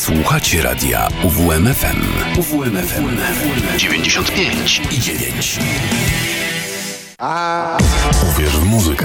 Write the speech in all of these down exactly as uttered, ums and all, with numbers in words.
Słuchacie radia U W M F M. U W M F M dziewięćdziesiąt pięć i dziewięć. Uwierz w muzykę.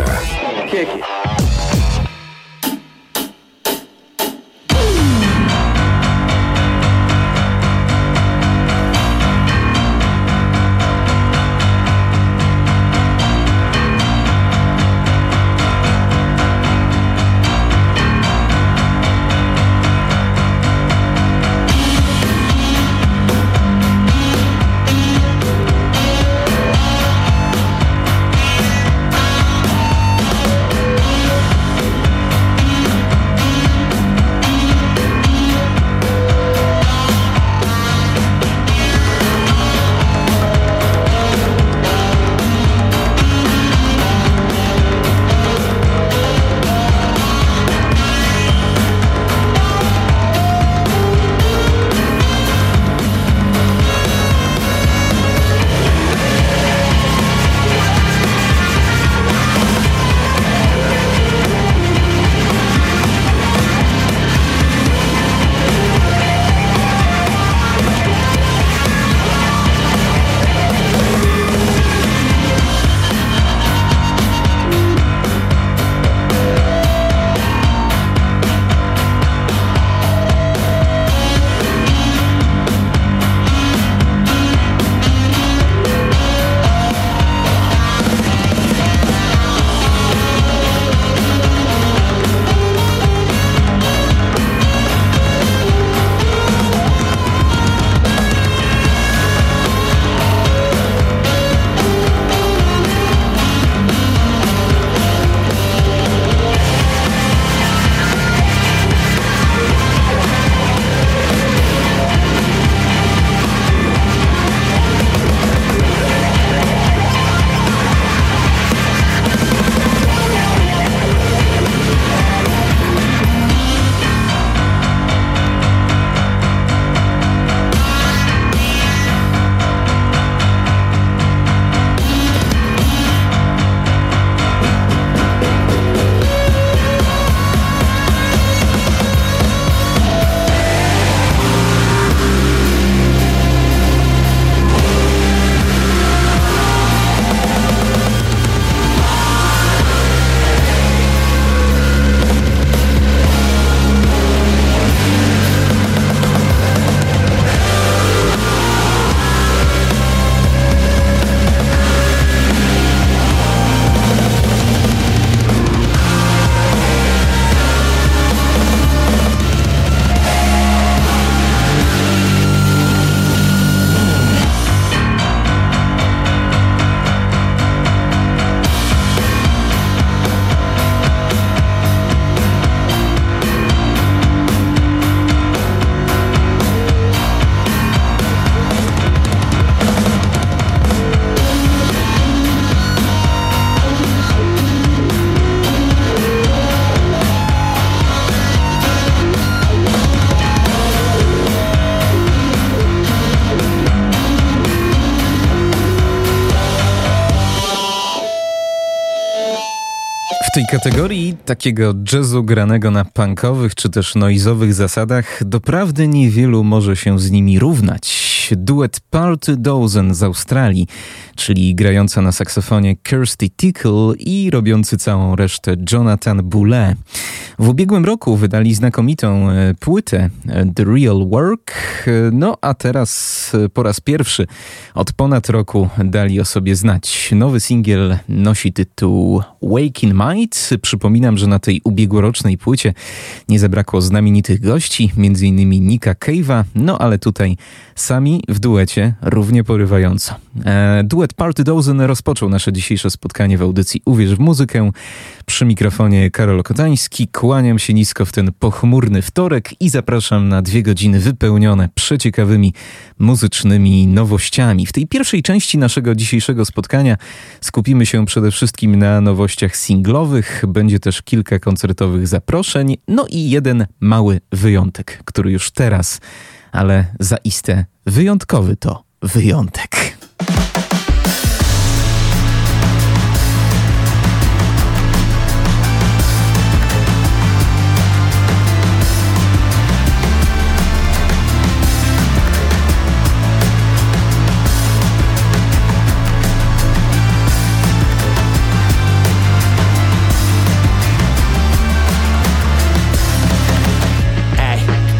W tej kategorii takiego jazzu granego na punkowych czy też noizowych zasadach doprawdy niewielu może się z nimi równać. Duet Party Dozen z Australii, czyli grająca na saksofonie Kirsty Tickle i robiący całą resztę Jonathan Boulez. W ubiegłym roku wydali znakomitą płytę The Real Work, no a teraz po raz pierwszy od ponad roku dali o sobie znać. Nowy singiel nosi tytuł Waking Might. Przypominam, że na tej ubiegłorocznej płycie nie zabrakło znamienitych gości, między innymi Nicka Cave'a, no ale tutaj sami w duecie równie porywająco. E, duet Party Dozen rozpoczął nasze dzisiejsze spotkanie w audycji Uwierz w muzykę. Przy mikrofonie Karol Kotański. Kłaniam się nisko w ten pochmurny wtorek i zapraszam na dwie godziny wypełnione przeciekawymi muzycznymi nowościami. W tej pierwszej części naszego dzisiejszego spotkania skupimy się przede wszystkim na nowościach singlowych. Będzie też kilka koncertowych zaproszeń, no i jeden mały wyjątek, który już teraz, ale zaiste wyjątkowy to wyjątek.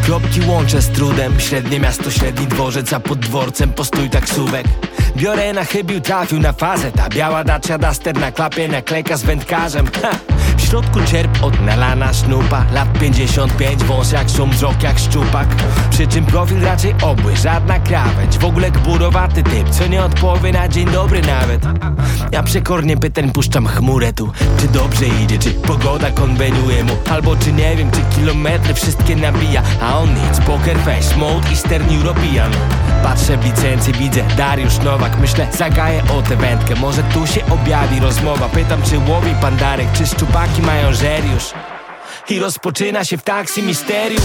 kropki łączę z trudem. Średnie miasto, średni dworzec, a pod dworcem postój taksówek. Biorę na chybił, trafił na fazę. Ta biała Dacia Duster na klapie, naklejka z wędkarzem. Ha! W środku czerp od nalana sznupa. Lat pięćdziesiąt pięć, wąs jak szum, wzrok jak szczupak. Przy czym profil raczej obły, żadna krawędź. W ogóle gburowaty typ, co nie odpowie na dzień dobry nawet. Ja przekornie pytań puszczam chmurę tu. Czy dobrze idzie, czy pogoda konweniuje mu, albo czy nie wiem, czy kilometry wszystkie nabija. A on nic, poker face, mode Eastern European. Patrzę w licencję, widzę Dariusz Nowak. Myślę, zagaję o tę wędkę, może tu się objawi rozmowa. Pytam, czy łowi pan Darek, czy szczupaki mają żeriusz. I rozpoczyna się w taksi misterium.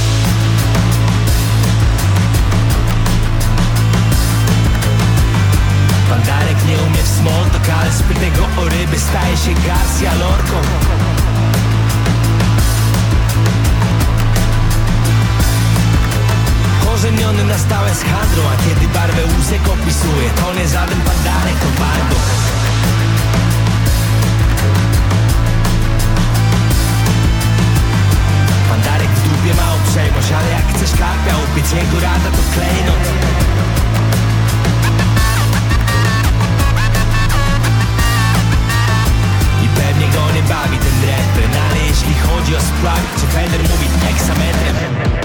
Pan Darek nie umie w small talk, ale z pytego o ryby staje się Garcia Lorką. Korzeniony na stałe z handlą, a kiedy barwę łusek opisuje, to nie żaden pan Darek, to Bardo. Pan Darek w dupie ma uprzejmość, ale jak chcesz karpia upiec, jego rada to klejnot. I pewnie go nie bawi ten refren, ale jeśli chodzi o sprawę, czy Fender mówi heksametrem.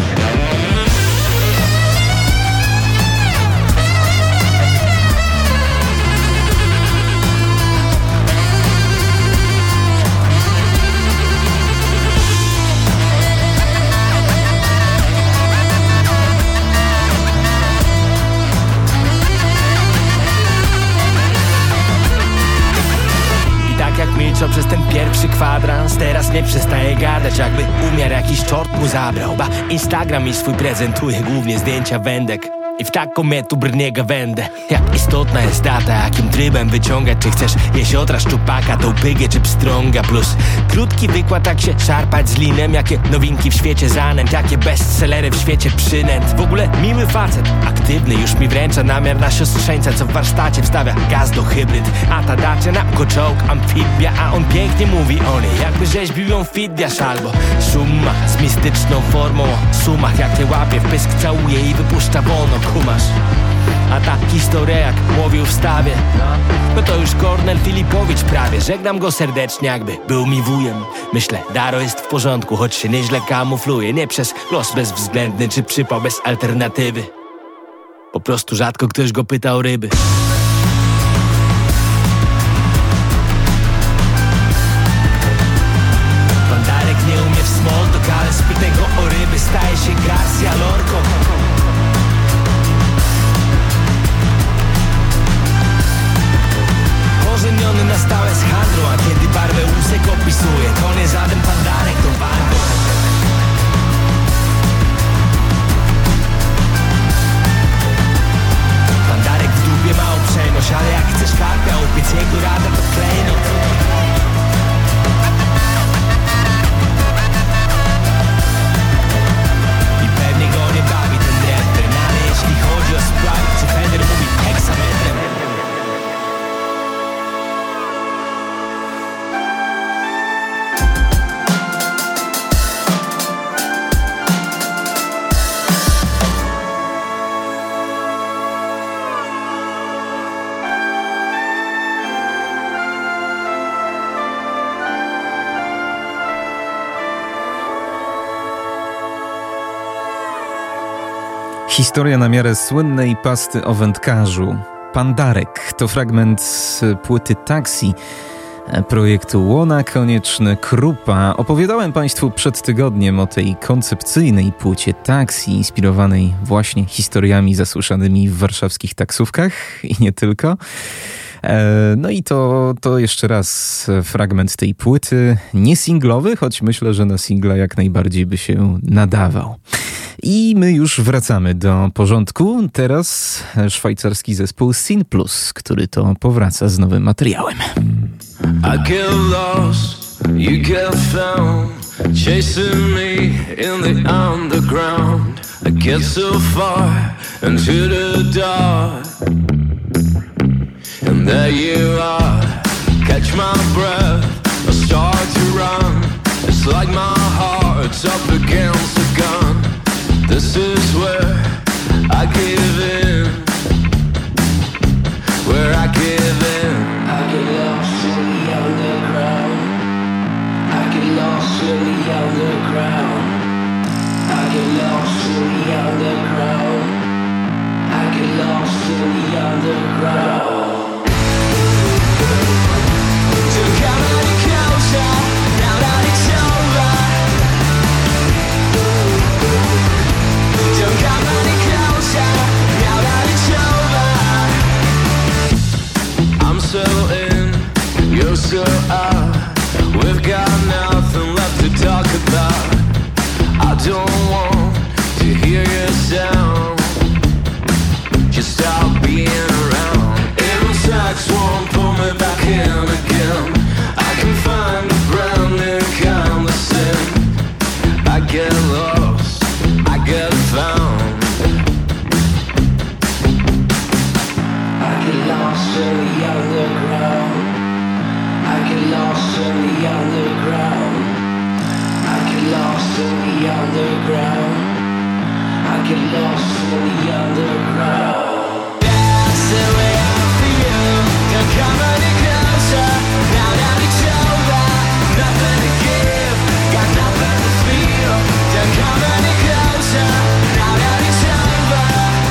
Jak milczał przez ten pierwszy kwadrans, teraz nie przestaje gadać, jakby umiar jakiś czort mu zabrał. Ba, Instagram mi swój prezentuje głównie zdjęcia wędek. I w taką metu brniega wędę. Jak istotna jest data, jakim trybem wyciągać. Czy chcesz jesiotra, szczupaka, tą pygę czy pstrąga. Plus krótki wykład, jak się szarpać z linem. Jakie nowinki w świecie zanęt, jakie bestsellery w świecie przynęt. W ogóle miły facet, aktywny, już mi wręcza namiar na siostrzeńca, co w warsztacie wstawia gaz do hybryd. A ta Dacia na koczołg, amfibia, a on pięknie mówi o niej, jakby rzeźbił ją Fidiasz albo Szuma z mistyczną formą o sumach, jak je łapie w pysk, całuje i wypuszcza wolno. Kumasz. A ta historia jak mówił w stawie, no to już Kornel Filipowicz prawie. Żegnam go serdecznie, jakby był mi wujem. Myślę, Daro jest w porządku, choć się nieźle kamufluje. Nie przez los bezwzględny czy przypał bez alternatywy. Po prostu rzadko ktoś go pyta o ryby. Pan Darek nie umie w small talk, ale z pytego o ryby staje się Garcia Lorką. Korzeniony na stałe z handlą, a kiedy barwę łusek opisuje, to nie żaden pan Darek, to Bardo. Pan Darek w dupie ma uprzejmość, ale jak chcesz karpia upiec, jego rada to klejnot. I pewnie go nie bawi ten refren, ale jeśli chodzi o sprawy, czy Fender mówi heksametrem. Historia na miarę słynnej pasty o wędkarzu. Pan Darek to fragment płyty Taksi projektu Łona Konieczny Krupa. Opowiadałem Państwu przed tygodniem o tej koncepcyjnej płycie Taksi, inspirowanej właśnie historiami zasłyszanymi w warszawskich taksówkach i nie tylko. No i to, to jeszcze raz fragment tej płyty, nie singlowy, choć myślę, że na singla jak najbardziej by się nadawał. I my już wracamy do porządku. Teraz szwajcarski zespół Sin Plus, który to powraca z nowym materiałem. I get lost, you get found, chasing me in the underground. I get so far into the dark, and there you are. Catch my breath, I start to run. It's like my heart's up against a gun. This is where I give in, where I give in. I get lost in the underground. I get lost in the underground. I get lost in the underground. I get lost in the underground. Don't come any closer, now that it's over. Don't come any closer, now that it's over. I'm so in, you're so out. We've got nothing left to talk about. I don't want to hear your sound. Just stop being around. Even sex won't pull me back in again. I can find a brand new kind of sin. I get lost, I get found. I get lost in the underground. I get lost in the underground. I get lost in the underground. I get lost in the underground. That's the way I feel. Don't come any closer, now that it's over. Nothing to give, got nothing to feel. Don't come any closer, now that it's over.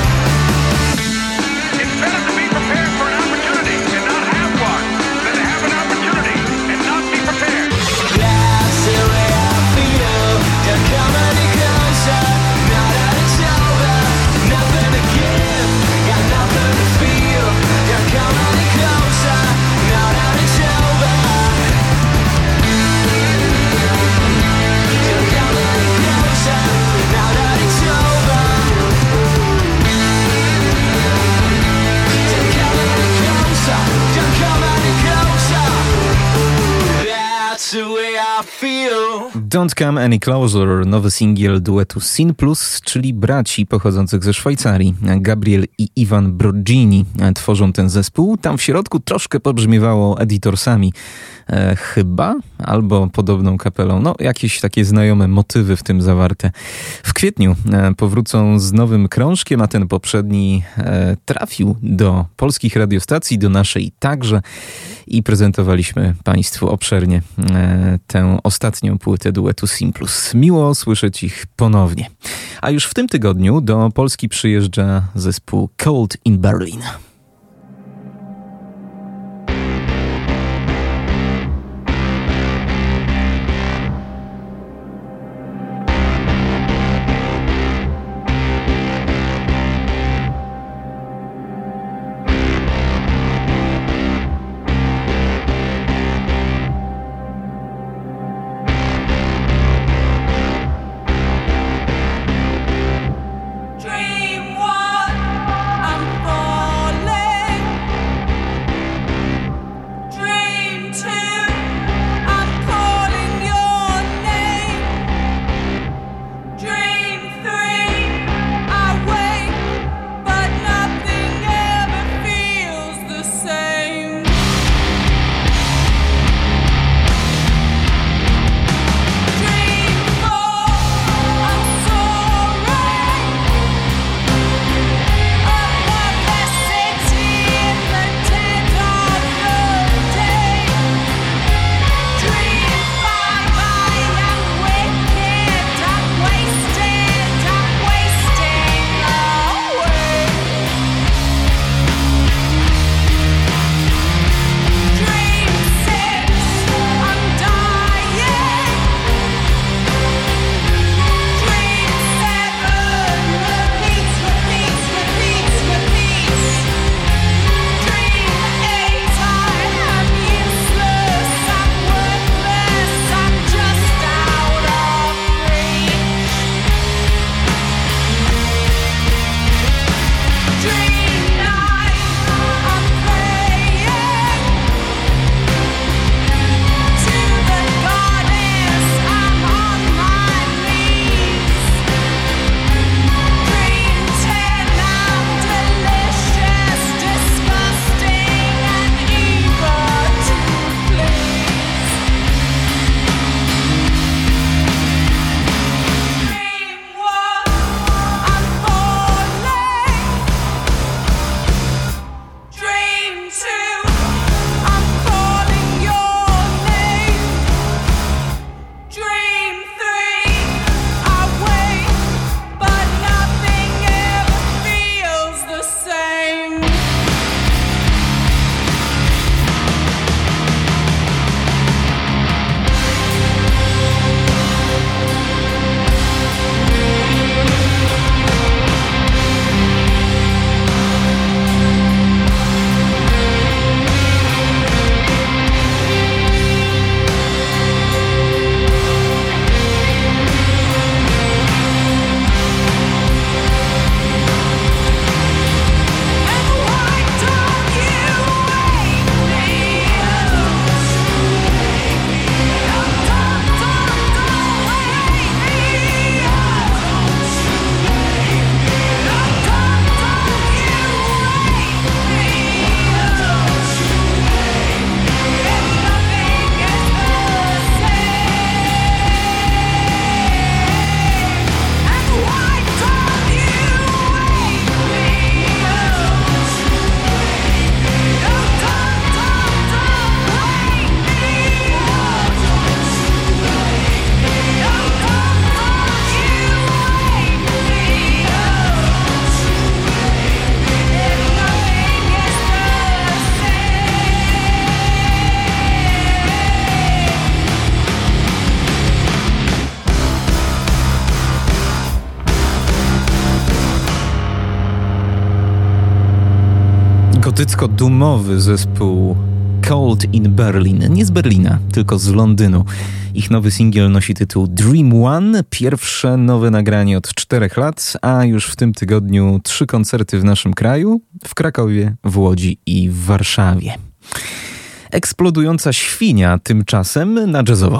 It's better to be prepared for an opportunity and not have one than to have an opportunity and not be prepared. That's the way I feel. Don't come any closer, now that it's over. Nothing to give, got nothing to feel. Don't come any closer, now that it's over. Don't come any closer, now that it's over. Don't come any closer, don't come any closer. That's the way I feel. Don't Come Any Closer, nowy singiel duetu Sin Plus, czyli braci pochodzących ze Szwajcarii. Gabriel i Ivan Broggini tworzą ten zespół. Tam w środku troszkę pobrzmiewało Editorsami. E, chyba, albo podobną kapelą. No, jakieś takie znajome motywy w tym zawarte. W kwietniu e, powrócą z nowym krążkiem, a ten poprzedni e, trafił do polskich radiostacji, do naszej także i prezentowaliśmy Państwu obszernie e, tę ostatnią płytę duetu Sin Plus. Miło słyszeć ich ponownie. A już w tym tygodniu do Polski przyjeżdża zespół Cold in Berlin. Dream what I'm falling. gotycko-dumowy zespół Cold in Berlin. Nie z Berlina, tylko z Londynu. Ich nowy singiel nosi tytuł Dream One, pierwsze nowe nagranie od czterech lat, a już w tym tygodniu trzy koncerty w naszym kraju, w Krakowie, w Łodzi i w Warszawie. Eksplodująca świnia tymczasem na jazzowo.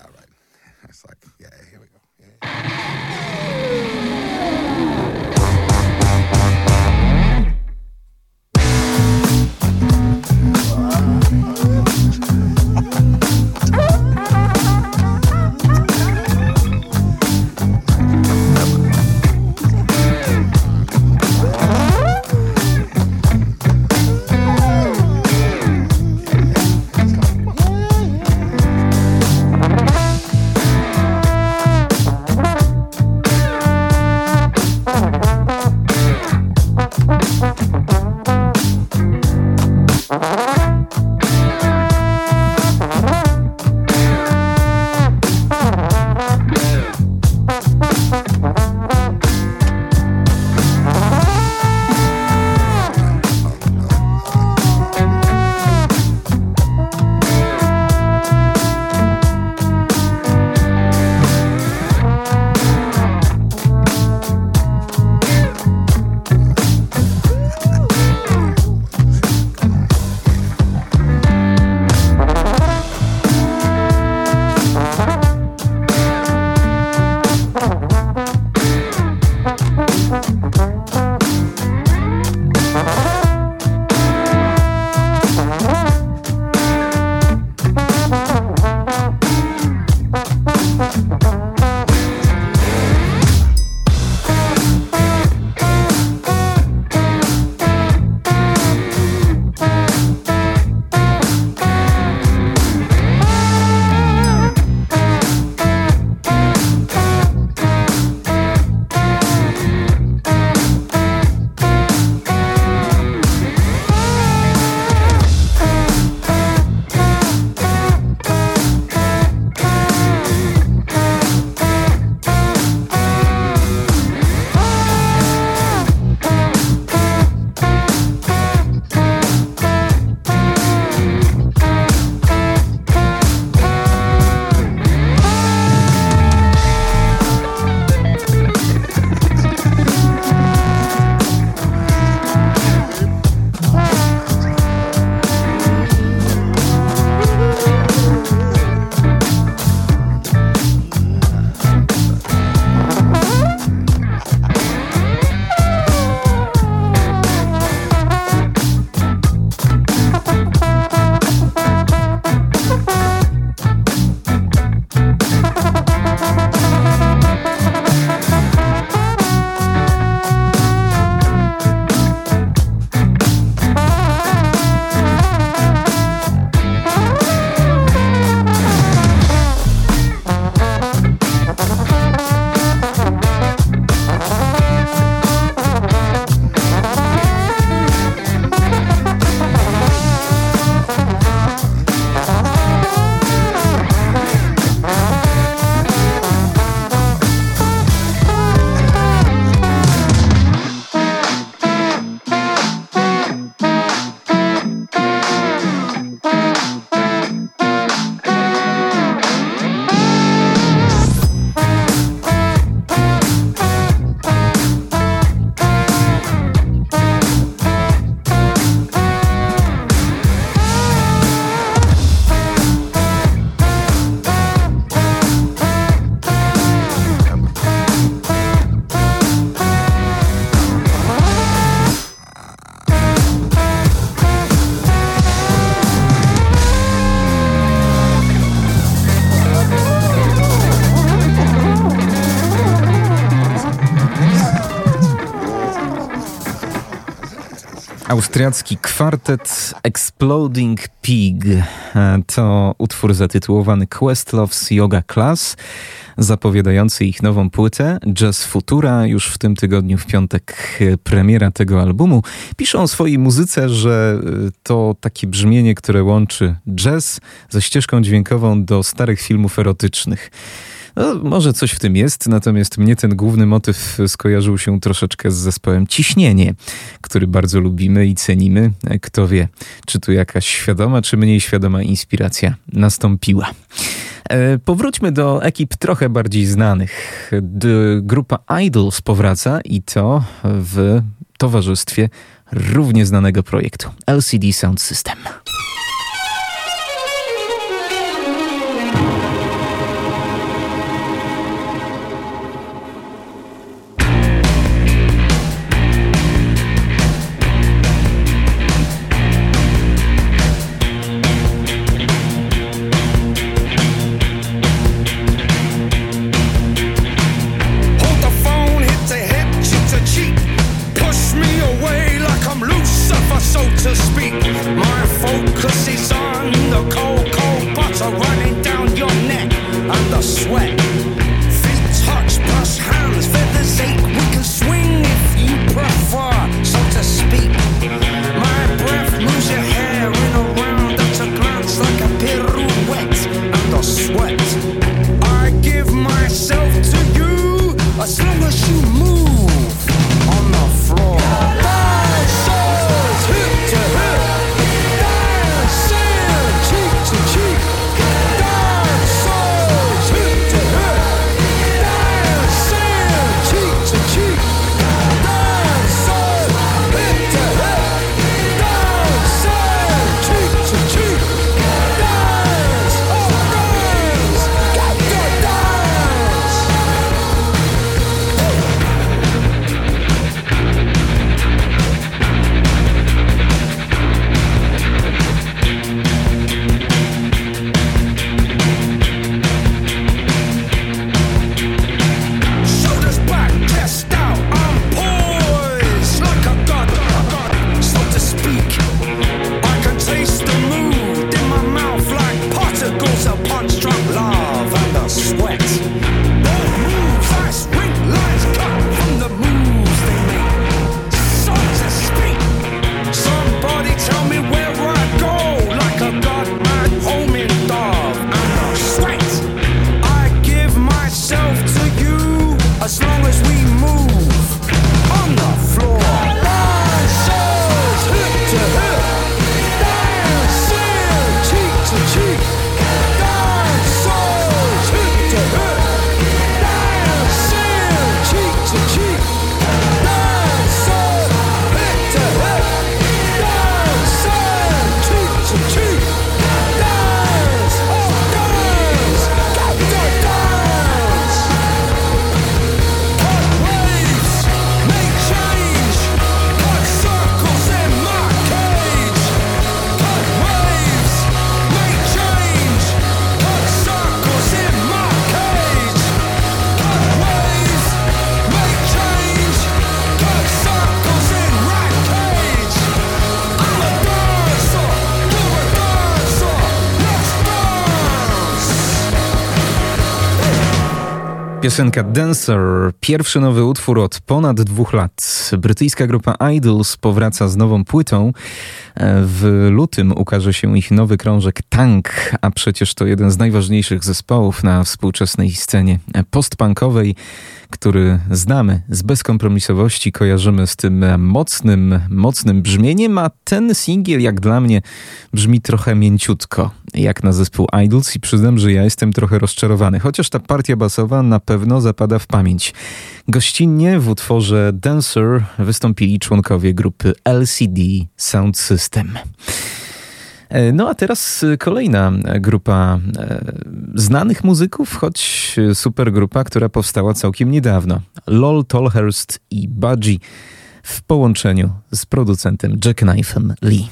Austriacki kwartet Exploding Pig to utwór zatytułowany Questlove's Yoga Class, zapowiadający ich nową płytę Jazz Futura. Już w tym tygodniu w piątek premiera tego albumu. Piszą o swojej muzyce, że to takie brzmienie, które łączy jazz ze ścieżką dźwiękową do starych filmów erotycznych. No, może coś w tym jest, natomiast mnie ten główny motyw skojarzył się troszeczkę z zespołem Ciśnienie, który bardzo lubimy i cenimy. Kto wie, czy tu jakaś świadoma, czy mniej świadoma inspiracja nastąpiła. E, powróćmy do ekip trochę bardziej znanych. D- grupa Idols powraca i to w towarzystwie równie znanego projektu L C D Sound System. Piosenka Dancer, pierwszy nowy utwór od ponad dwóch lat. Brytyjska grupa Idols powraca z nową płytą. W lutym ukaże się ich nowy krążek Tank, a przecież to jeden z najważniejszych zespołów na współczesnej scenie postpunkowej, który znamy z bezkompromisowości, kojarzymy z tym mocnym, mocnym brzmieniem, a ten singiel jak dla mnie brzmi trochę mięciutko, jak na zespół Idols i przyznam, że ja jestem trochę rozczarowany, chociaż ta partia basowa na pewno zapada w pamięć. Gościnnie w utworze Dancer wystąpili członkowie grupy L C D Sound System. No a teraz kolejna grupa znanych muzyków, choć supergrupa, która powstała całkiem niedawno. Lol Tolhurst i Budgie w połączeniu z producentem Jackknife'em Lee.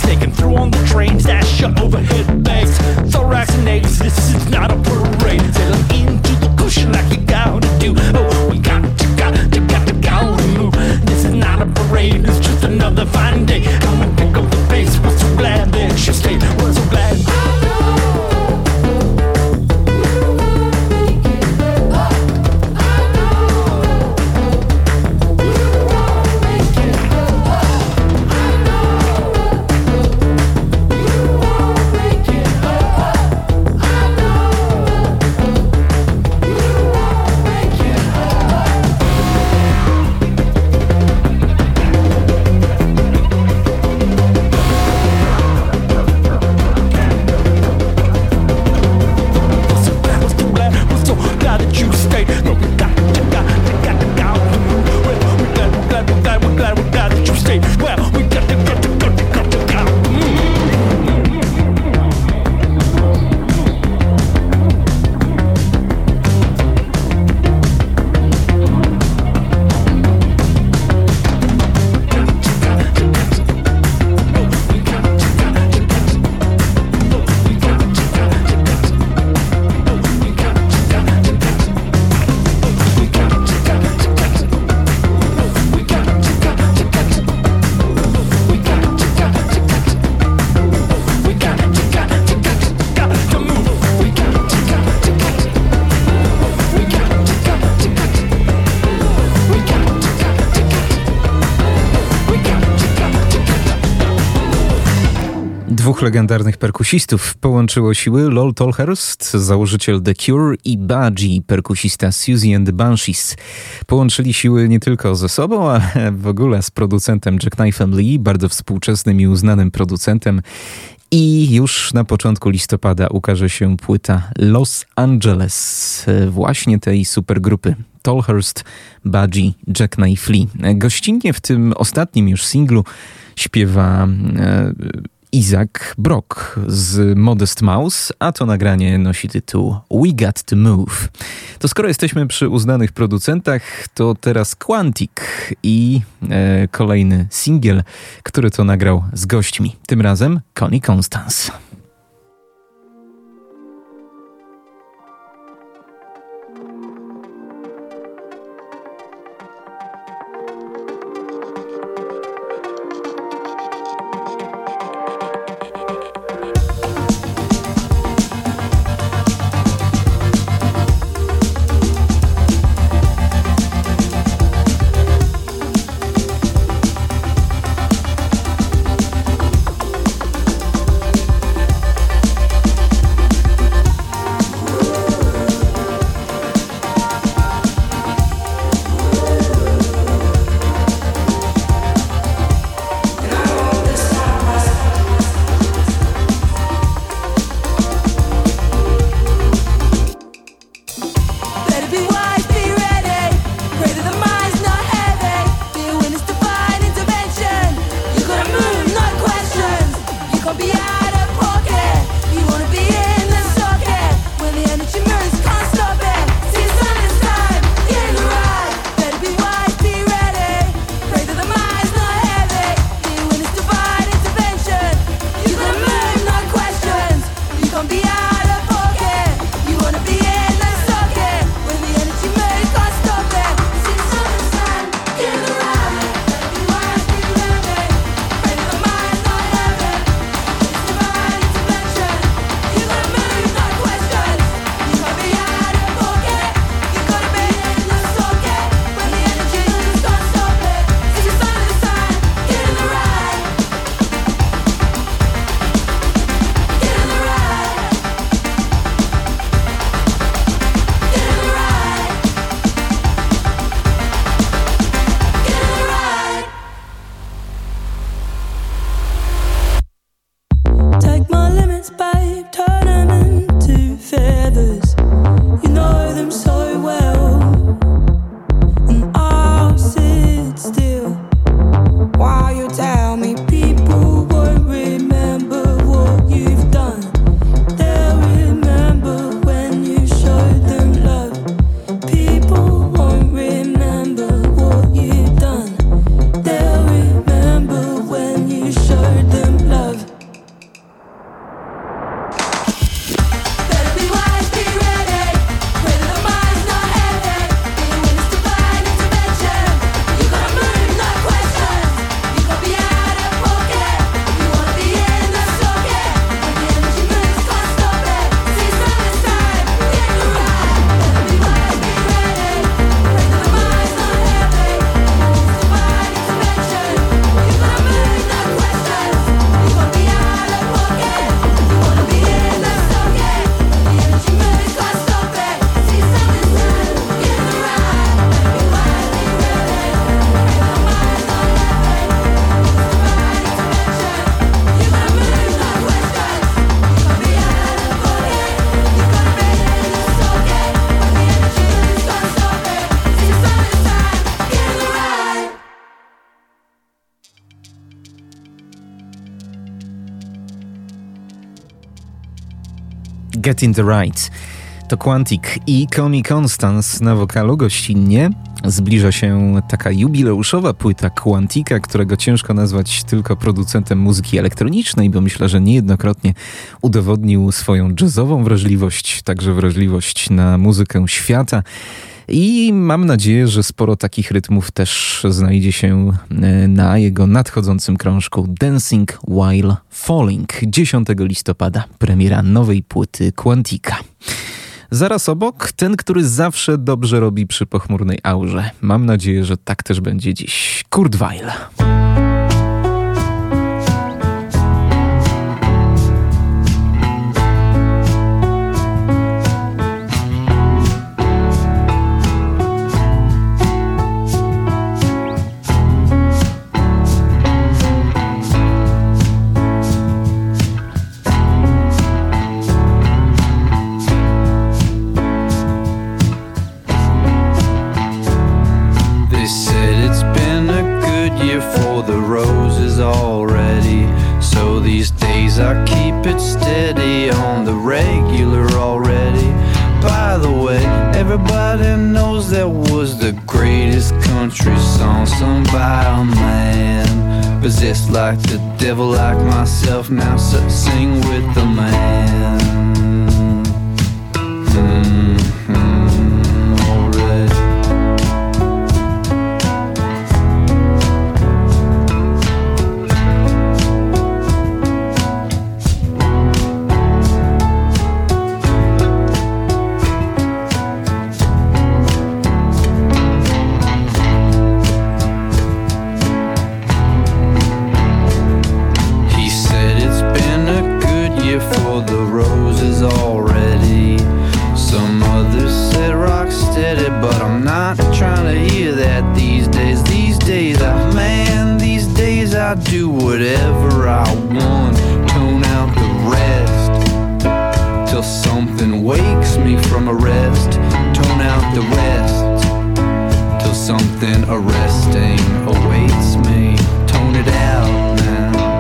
mistaken. Throw on the trains that shut overhead bags, thorax and eggs. This is not a parade. Sail into the cushion like you gotta do. Oh, we got to, got to, got to, gotta move. This is not a parade. It's just another fine day. Come and pick up the pace. We're so glad that she stayed. We're so glad. Dwóch legendarnych perkusistów połączyło siły: Lol Tolhurst, założyciel The Cure, i Budgie, perkusista Siouxsie and the Banshees. Połączyli siły nie tylko ze sobą, ale w ogóle z producentem Jackknife'em Lee, bardzo współczesnym i uznanym producentem. I już na początku listopada ukaże się płyta Los Angeles właśnie tej supergrupy Tolhurst, Budgie, Jackknife Lee. Gościnnie w tym ostatnim już singlu śpiewa e, Isaac Brock z Modest Mouse, a to nagranie nosi tytuł We Got to Move. To skoro jesteśmy przy uznanych producentach, to teraz Quantic i e, kolejny singiel, który to nagrał z gośćmi. Tym razem Connie Constance. Showed them love. Get in the Right. To Quantic i Connie Constance na wokalu gościnnie. Zbliża się taka jubileuszowa płyta Quantica, którego ciężko nazwać tylko producentem muzyki elektronicznej, bo myślę, że niejednokrotnie udowodnił swoją jazzową wrażliwość, także wrażliwość na muzykę świata. I mam nadzieję, że sporo takich rytmów też znajdzie się na jego nadchodzącym krążku Dancing While Falling. dziesiątego listopada premiera nowej płyty Quantica. Zaraz obok ten, który zawsze dobrze robi przy pochmurnej aurze. Mam nadzieję, że tak też będzie dziś. Kurt Weill. I keep it steady on the regular already. By the way, everybody knows that was the greatest country song sung by a man. Possessed like the devil, like myself, now so sing with the man. Mm-hmm, already. For the roses already. Some others said rock steady, but I'm not trying to hear that these days. These days, I, man, these days I do whatever I want. Tone out the rest till something wakes me from a rest. Tone out the rest till something arresting awaits me. Tone it out now.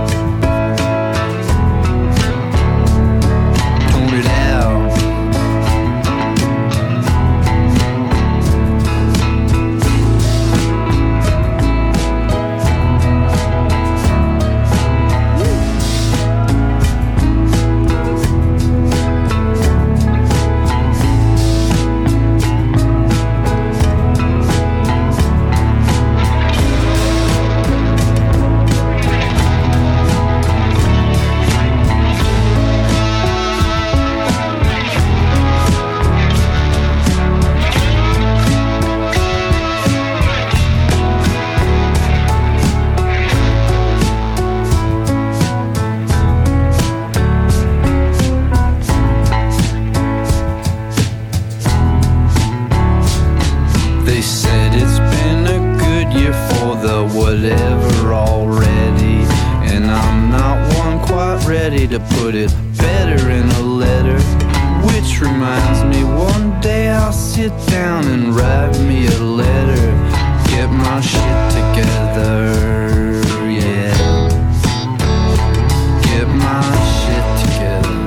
Whatever already, and I'm not one quite ready to put it better in a letter. Which reminds me, one day I'll sit down and write me a letter. Get my shit together, yeah. Get my shit together.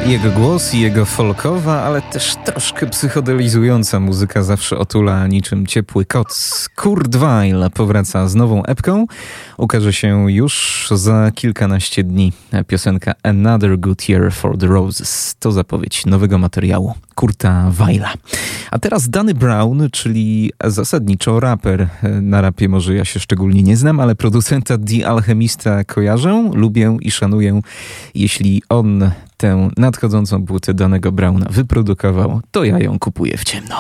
Jego głos i jego folkowa, ale też troszkę psychodelizująca muzyka zawsze otula niczym ciepły koc. Kurt Weill powraca z nową epką. Ukaże się już za kilkanaście dni. Piosenka Another Good Year for the Roses to zapowiedź nowego materiału Kurta Weilla. A teraz Danny Brown, czyli zasadniczo raper. Na rapie może ja się szczególnie nie znam, ale producenta The Alchemista kojarzę, lubię i szanuję. Jeśli on tę nadchodzącą płytę Danego Browna wyprodukował, to ja ją kupuję w ciemno.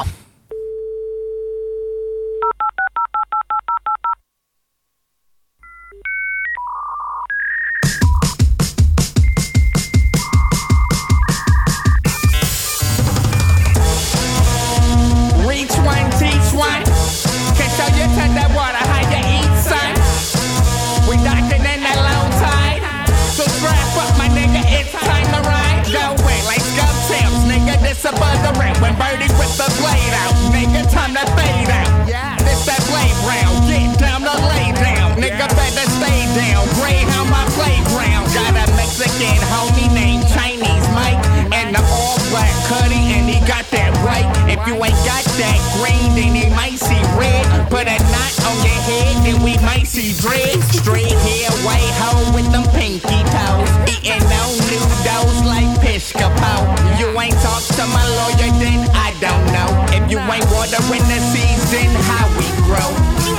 When Birdie whip the blade out, nigga, time to fade out. Yeah. This that blade round, get down to lay down. Nigga, better stay down. Greyhound my playground. Got a Mexican homie named Chinese Mike, and the all black Cuddy, and he got that right. If you ain't got that green, then he might see red. Put a knot on your head, then we might see dread. Straight hair, white hoe with them pinky toes. Eating no noodles like Piscopo. You ain't talk to my lawyer, then I don't know. If you ain't watering the seeds, then how we grow.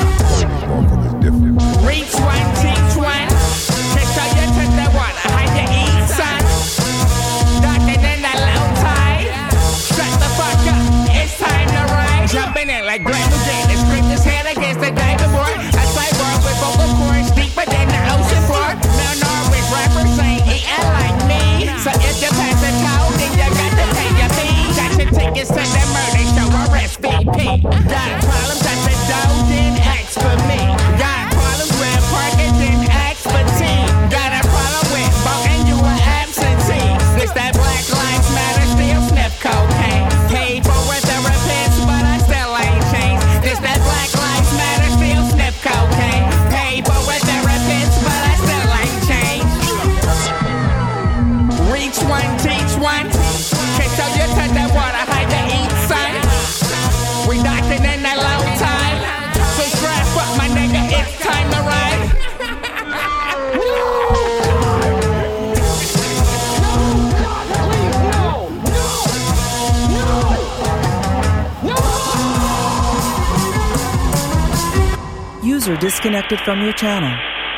Reach one, teach one. To show you to the water, how you eat, son. Darker than the low tide. Shut the fuck up, it's time to ride. Jumping in like Greg Louganis and scrape his head against the Daggerboard. A cyborg with vocal cords deeper than the ocean floor. Now Norwich rappers ain't eating like me. So if you pass the toe, then you got to pay your fee. Got your tickets to the murder show, R S V P. Got problems at the door, then ask for me. Got problems with parking, then ask for tea. Got a problem with voting, you an absentee. This that Black Lives Matter, still sniff cocaine. Paid for a therapist, but I still ain't changed. This that Black Lives Matter, still sniff cocaine. Paid for a therapist, but I still ain't changed. Reach one, teach one. Can show you to the water, how you eat, son. We docking in that low tide. So strap up, my nigga, it's time to ride. User disconnected from your channel.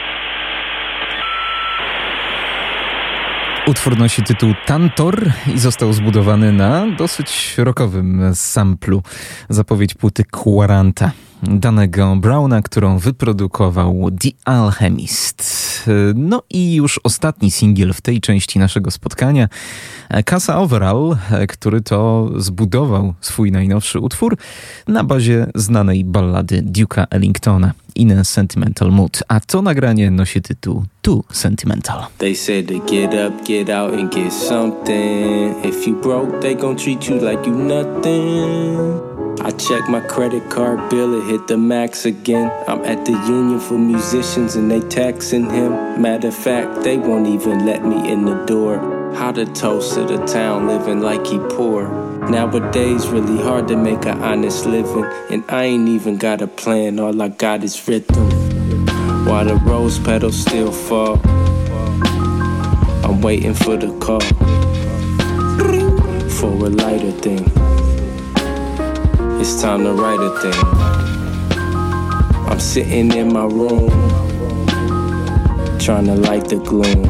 Utwór nosi tytuł Tantor i został zbudowany na dosyć rockowym samplu. Zapowiedź płyty Quaranta Danego Browna, którą wyprodukował The Alchemist. No i już ostatni singiel w tej części naszego spotkania. Casa Overall, który to zbudował swój najnowszy utwór na bazie znanej ballady Duke'a Ellingtona In a Sentimental Mood, a to nagranie nosi tytuł Too Sentimental. They said to get up, get out and get something. If you broke, they gon' treat you like you nothing. I check my credit card bill, it hit the max again. I'm at the union for musicians and they taxing him. Matter of fact, they won't even let me in the door. How the toast of the town living like he poor. Nowadays really hard to make an honest living, and I ain't even got a plan, all I got is rhythm. While the rose petals still fall, I'm waiting for the call, for a lighter thing. It's time to write a thing. I'm sitting in my room, trying to light the gloom.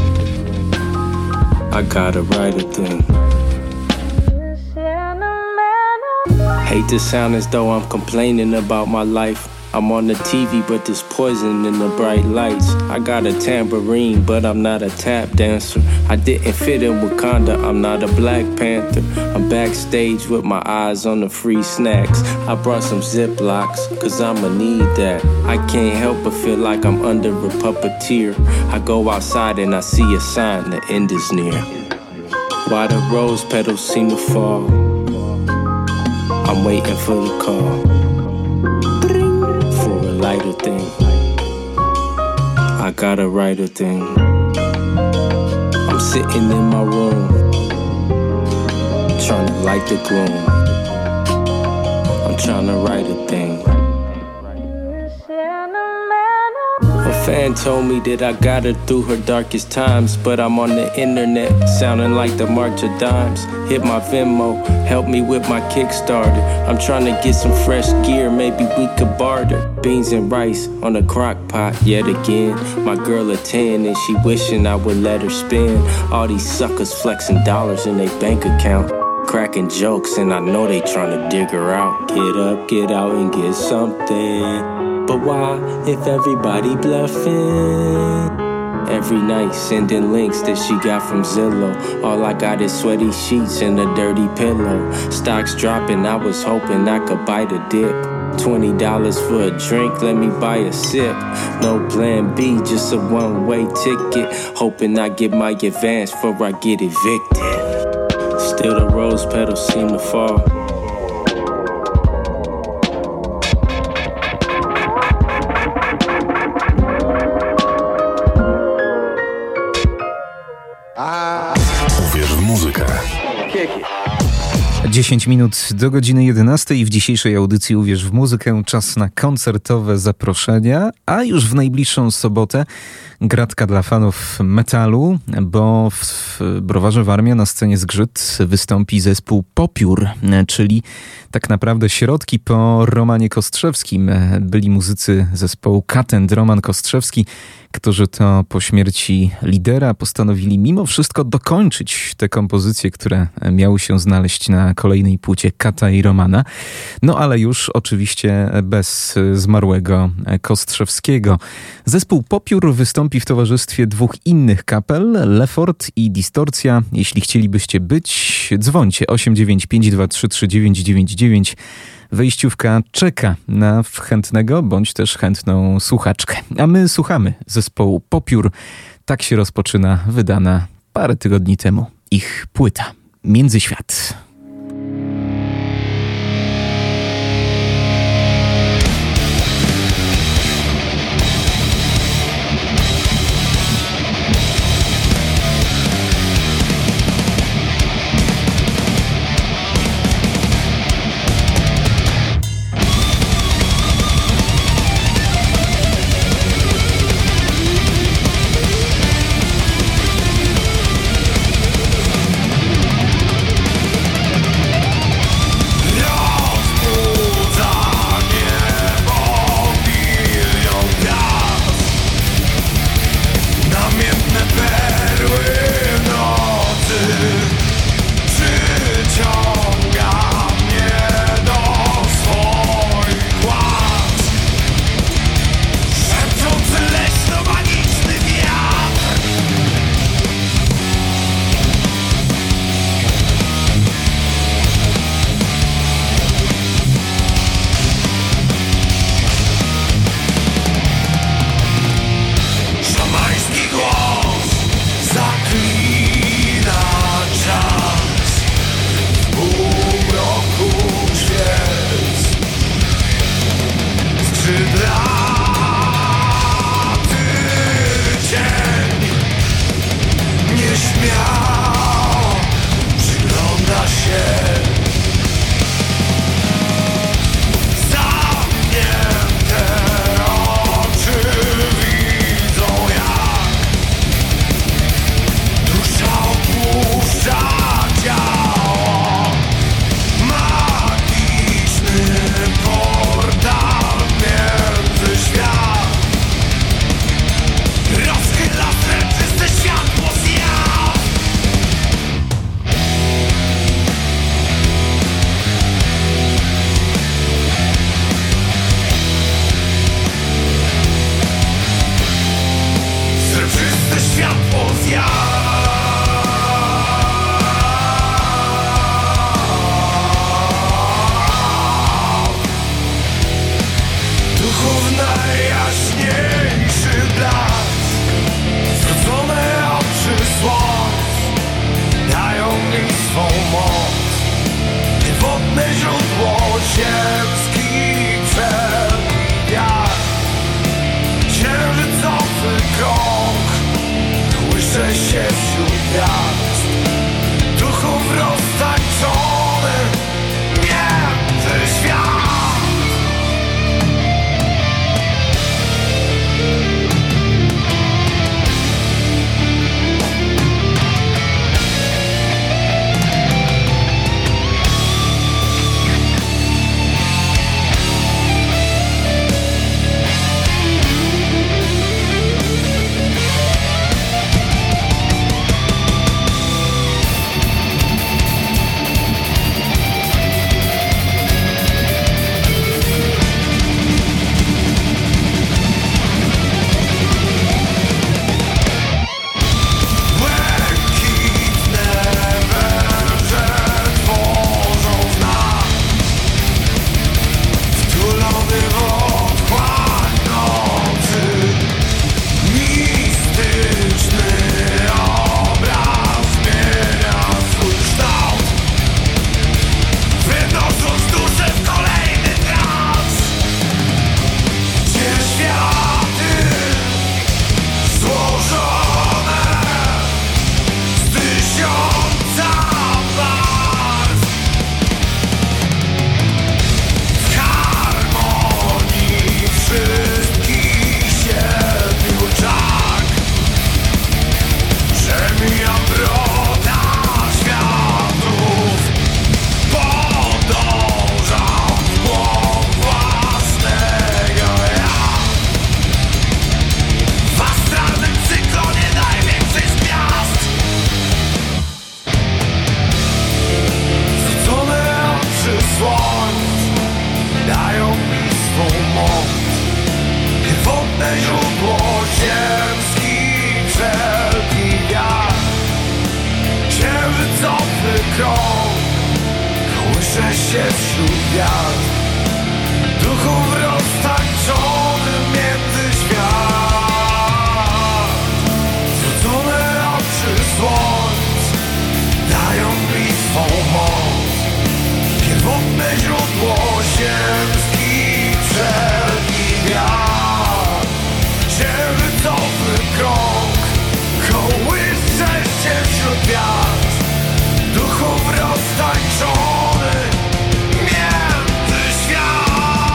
I gotta write a thing. Hate to sound as though I'm complaining about my life. I'm on the T V, but there's poison in the bright lights. I got a tambourine, but I'm not a tap dancer. I didn't fit in Wakanda, I'm not a Black Panther. I'm backstage with my eyes on the free snacks. I brought some Ziplocs, cause I'ma need that. I can't help but feel like I'm under a puppeteer. I go outside and I see a sign, the end is near. While the rose petals seem to fall, I'm waiting for the call, for a lighter thing. I gotta write a thing. I'm sitting in my room, trying to light the gloom. I'm trying to write a thing. A fan told me that I got her through her darkest times, but I'm on the internet, sounding like the March of Dimes. Hit my Venmo, help me with my Kickstarter. I'm trying to get some fresh gear, maybe we could barter. Beans and rice on a crock pot yet again. My girl a ten and she wishing I would let her spend. All these suckers flexing dollars in their bank account, cracking jokes, and I know they tryna dig her out. Get up, get out, and get something. But why, if everybody bluffing? Every night sending links that she got from Zillow. All I got is sweaty sheets and a dirty pillow. Stocks dropping, I was hoping I could bite a dip. Twenty dollars for a drink, let me buy a sip. No plan B, just a one-way ticket. Hoping I get my advance before I get evicted. Still the rose petals seem to fall. Uwierz w muzykę. dziesięć minut do godziny jedenastej i w dzisiejszej audycji Uwierz w muzykę czas na koncertowe zaproszenia, a już w najbliższą sobotę gratka dla fanów metalu, bo w Browarze Warmia na scenie Zgrzyt wystąpi zespół Popiór, czyli tak naprawdę środki po Romanie Kostrzewskim. Byli muzycy zespołu Katend, Roman Kostrzewski, którzy to po śmierci lidera postanowili mimo wszystko dokończyć te kompozycje, które miały się znaleźć na kolejnej płycie Kata i Romana. No ale już oczywiście bez zmarłego Kostrzewskiego. Zespół Popiór wystąpi w towarzystwie dwóch innych kapel, Lefort i Distorcja. Jeśli chcielibyście być, dzwońcie osiem dziewięć pięć dwa trzy trzy dziewięć dziewięć dziewięć. Wejściówka czeka na chętnego bądź też chętną słuchaczkę. A my słuchamy zespołu Popiór. Tak się rozpoczyna wydana parę tygodni temu ich płyta Międzyświat. źródło ziemski, wszelki wiatr, księżycowy krąg kołysze się wśród gwiazd, duchów roztańczony między świat. Zrzucone oczy słońc dają mi swą moc, pierwotne źródło ziemski, wszelki wiatr, księżycowy krąg kołysze się wśród gwiazd, duchów roztańczony między świat.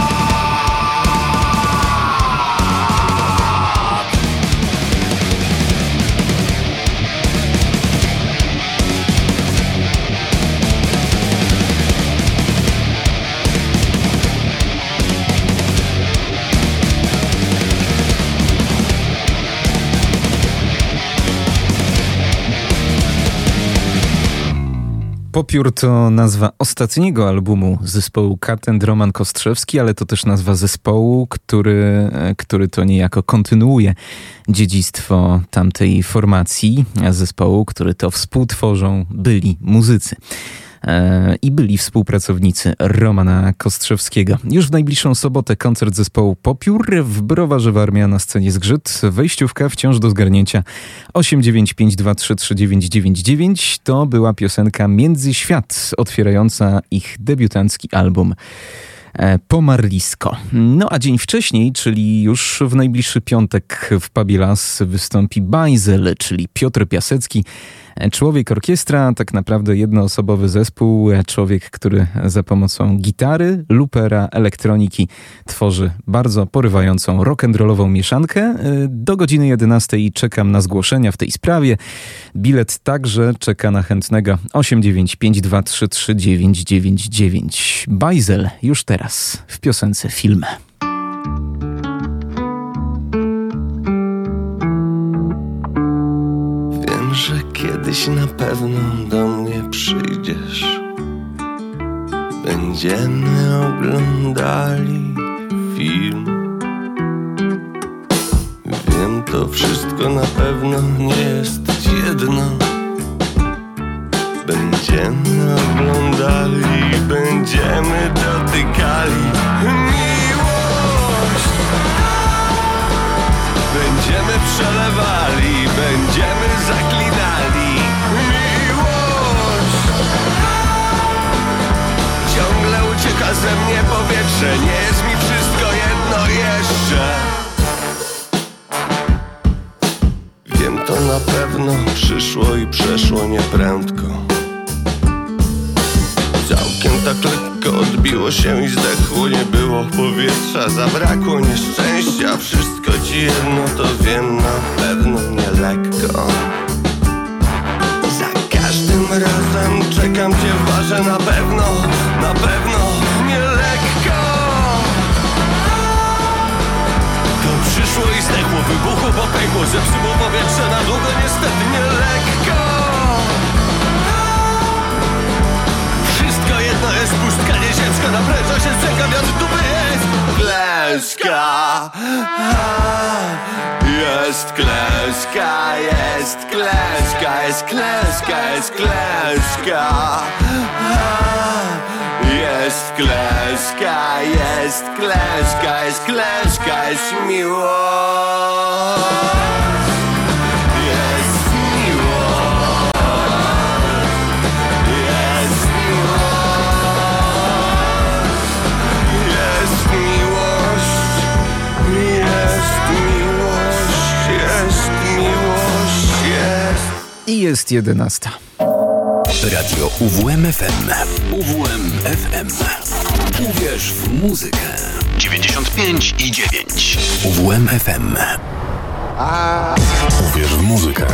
Popiór to nazwa ostatniego albumu zespołu Kat and Roman Kostrzewski, ale to też nazwa zespołu, który, który to niejako kontynuuje dziedzictwo tamtej formacji, zespołu, który to współtworzą byli muzycy i byli współpracownicy Romana Kostrzewskiego. Już w najbliższą sobotę koncert zespołu Popiór w Browarze Warmia na scenie Zgrzyt. Wejściówka wciąż do zgarnięcia osiem dziewięć pięć dwa trzy trzy dziewięć dziewięć dziewięć. To była piosenka Międzyświat, otwierająca ich debiutancki album Pomarlisko. No a dzień wcześniej, czyli już w najbliższy piątek w pubie Las wystąpi Bajzel, czyli Piotr Piasecki. Człowiek orkiestra, tak naprawdę jednoosobowy zespół, człowiek, który za pomocą gitary, loopera, elektroniki tworzy bardzo porywającą rock'n'rollową mieszankę. Do godziny jedenastej czekam na zgłoszenia w tej sprawie. Bilet także czeka na chętnego osiem dziewięć pięć dwa trzy trzy dziewięć dziewięć dziewięć. Bajzel już teraz w piosence Film. Że kiedyś na pewno do mnie przyjdziesz. Będziemy oglądali film. Wiem, to wszystko na pewno nie jest jedno. Będziemy oglądali, będziemy dotykali miłość. Będziemy przelewali, będziemy zaklinali miłość. Ciągle ucieka ze mnie powietrze, nie jest mi wszystko jedno jeszcze. Wiem, to na pewno przyszło i przeszło nieprędko. Całkiem tak lekko odbiło się i zdechło, nie było powietrza, zabrakło nieszczęścia. Wszystko ci jedno, to wiem, na pewno nie lekko. Za każdym razem czekam cię w barze, na pewno, na pewno nie lekko. To przyszło i zdechło, wybuchło, popękło, zepsuło powietrze na długo, niestety nie lekko. Jedno jest pustka nieziemska, napręża się sęka, wiatr dupy jest klęska. Jest klęska, jest klęska, jest klęska, jest klęska. Jest klęska, jest klęska, jest klęska, jest miłość. Jest miłość. Jest I jest jedenasta. Radio U W M F M. U W M F M. Uwierz w muzykę. dziewięćdziesiąt pięć i dziewięć. U W M F M. Uwierz w muzykę.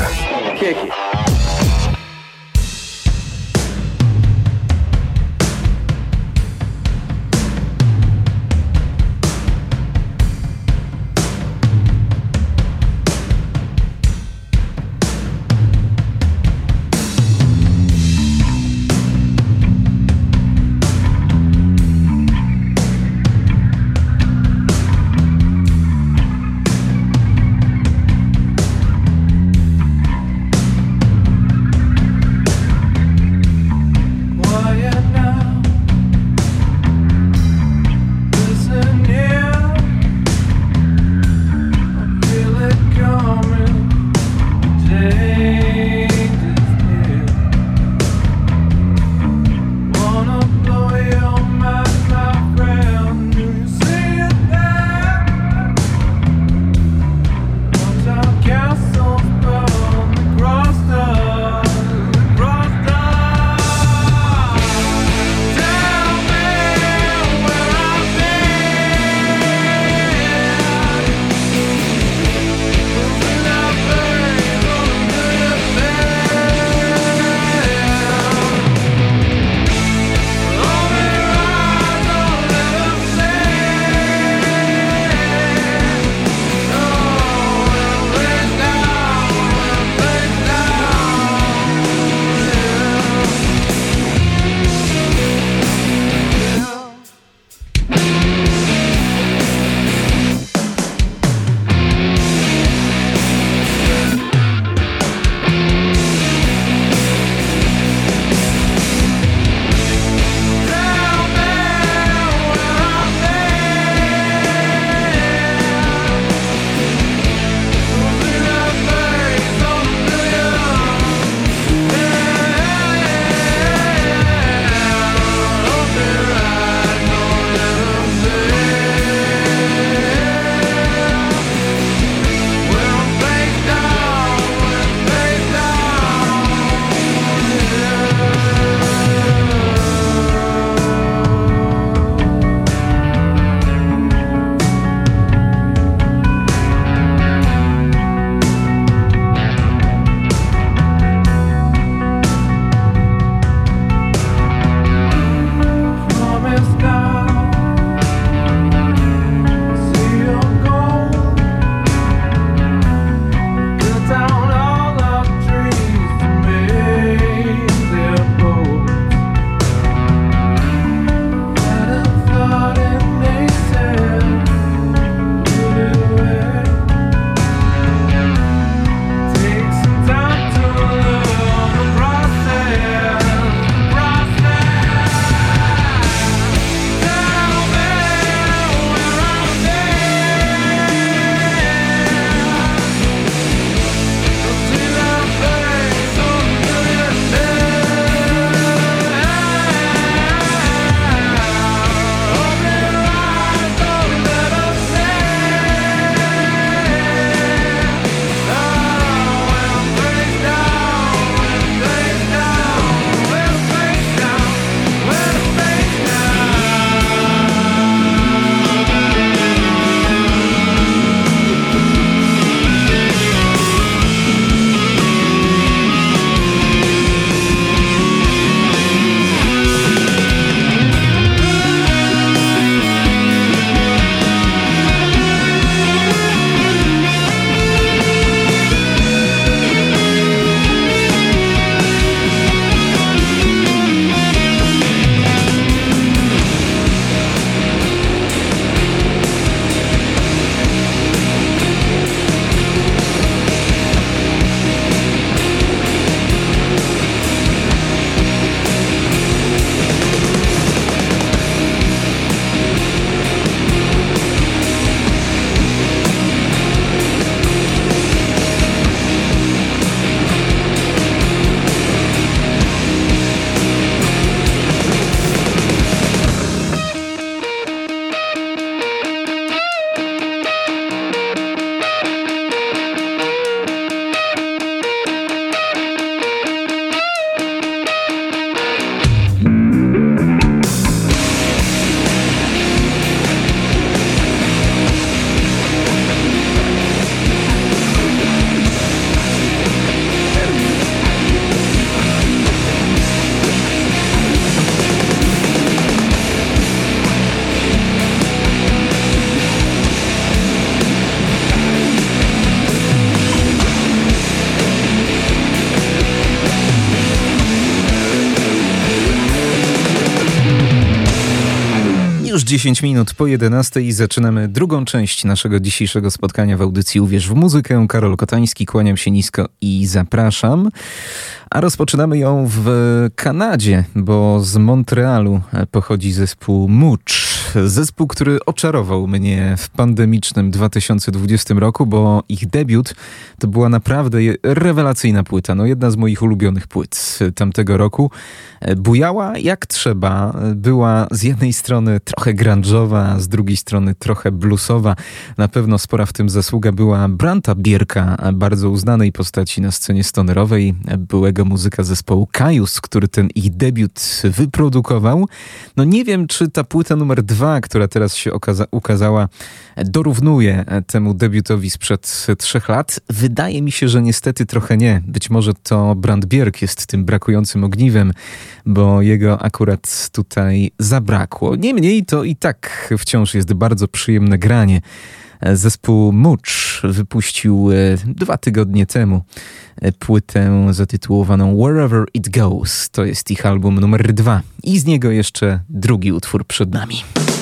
Już dziesięć minut po jedenastej i zaczynamy drugą część naszego dzisiejszego spotkania w audycji Uwierz w muzykę. Karol Kotański, kłaniam się nisko i zapraszam. A rozpoczynamy ją w Kanadzie, bo z Montrealu pochodzi zespół Mooch. Zespół, który oczarował mnie w pandemicznym dwa tysiące dwudziestym roku, bo ich debiut to była naprawdę rewelacyjna płyta. No jedna z moich ulubionych płyt tamtego roku. Bujała jak trzeba. Była z jednej strony trochę grunge'owa, z drugiej strony trochę bluesowa. Na pewno spora w tym zasługa była Branta Bierka, bardzo uznanej postaci na scenie stonerowej, byłego muzyka zespołu Kaius, który ten ich debiut wyprodukował. No nie wiem, czy ta płyta numer dwa, która teraz się okaza- ukazała, dorównuje temu debiutowi sprzed trzech lat. Wydaje mi się, że niestety trochę nie. Być może to Brant Bierk jest tym brakującym ogniwem, bo jego akurat tutaj zabrakło. Niemniej to i tak wciąż jest bardzo przyjemne granie. Zespół Mooch wypuścił dwa tygodnie temu płytę zatytułowaną Wherever It Goes. To jest ich album numer dwa i z niego jeszcze drugi utwór przed nami.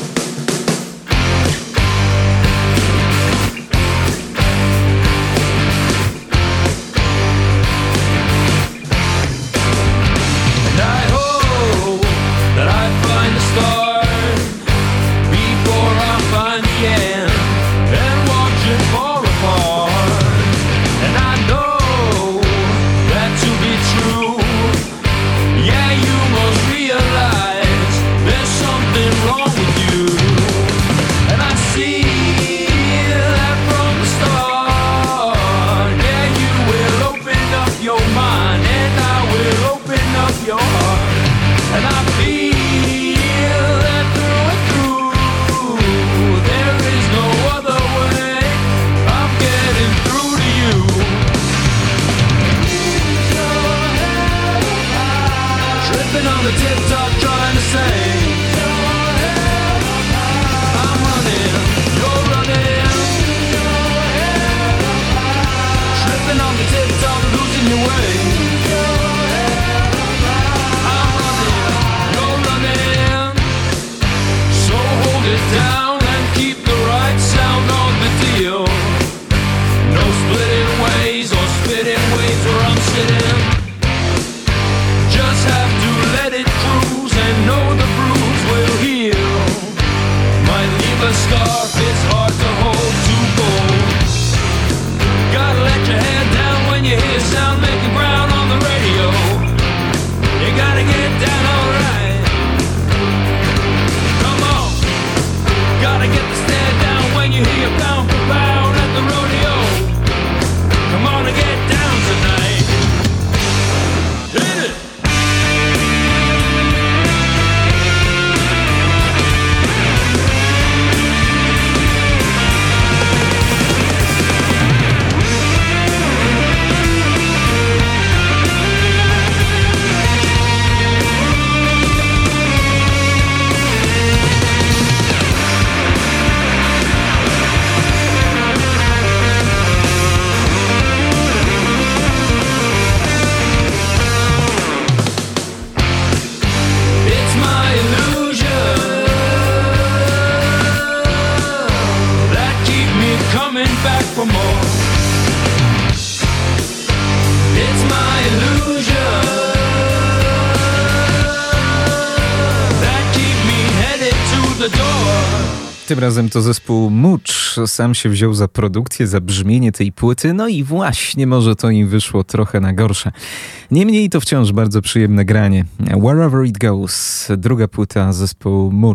Tym razem to zespół Mooch sam się wziął za produkcję, za brzmienie tej płyty, no i właśnie może to im wyszło trochę na gorsze. Niemniej to wciąż bardzo przyjemne granie. Wherever It Goes, druga płyta zespołu Mooch,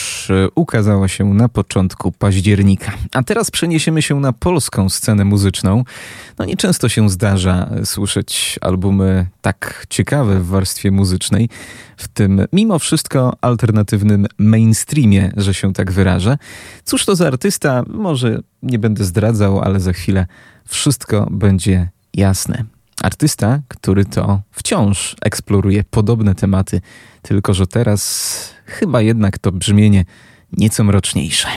ukazała się na początku października. A teraz przeniesiemy się na polską scenę muzyczną. No nieczęsto się zdarza słyszeć albumy tak ciekawe w warstwie muzycznej, w tym mimo wszystko alternatywnym mainstreamie, że się tak wyrażę. Cóż to za artysta? Może nie będę zdradzał, ale za chwilę wszystko będzie jasne. Artysta, który to wciąż eksploruje podobne tematy, tylko że teraz chyba jednak to brzmienie nieco mroczniejsze.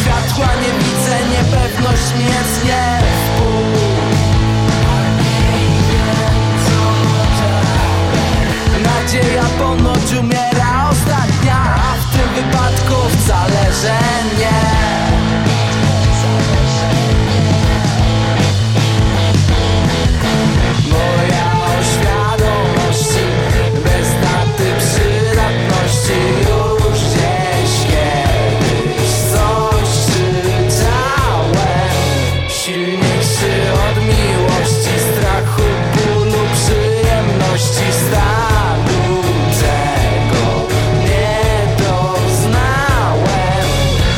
światła nie widzę, niepewność mnie zje w pół. Nadzieja ponoć umiera ostatnia, a w tym wypadku wcale, że nie. Moja świadomości bez daty przydatności już gdzieś kiedyś coś czytałem. Silniejszy od miłości, strachu, bólu, przyjemności, stanu tego nie doznałem.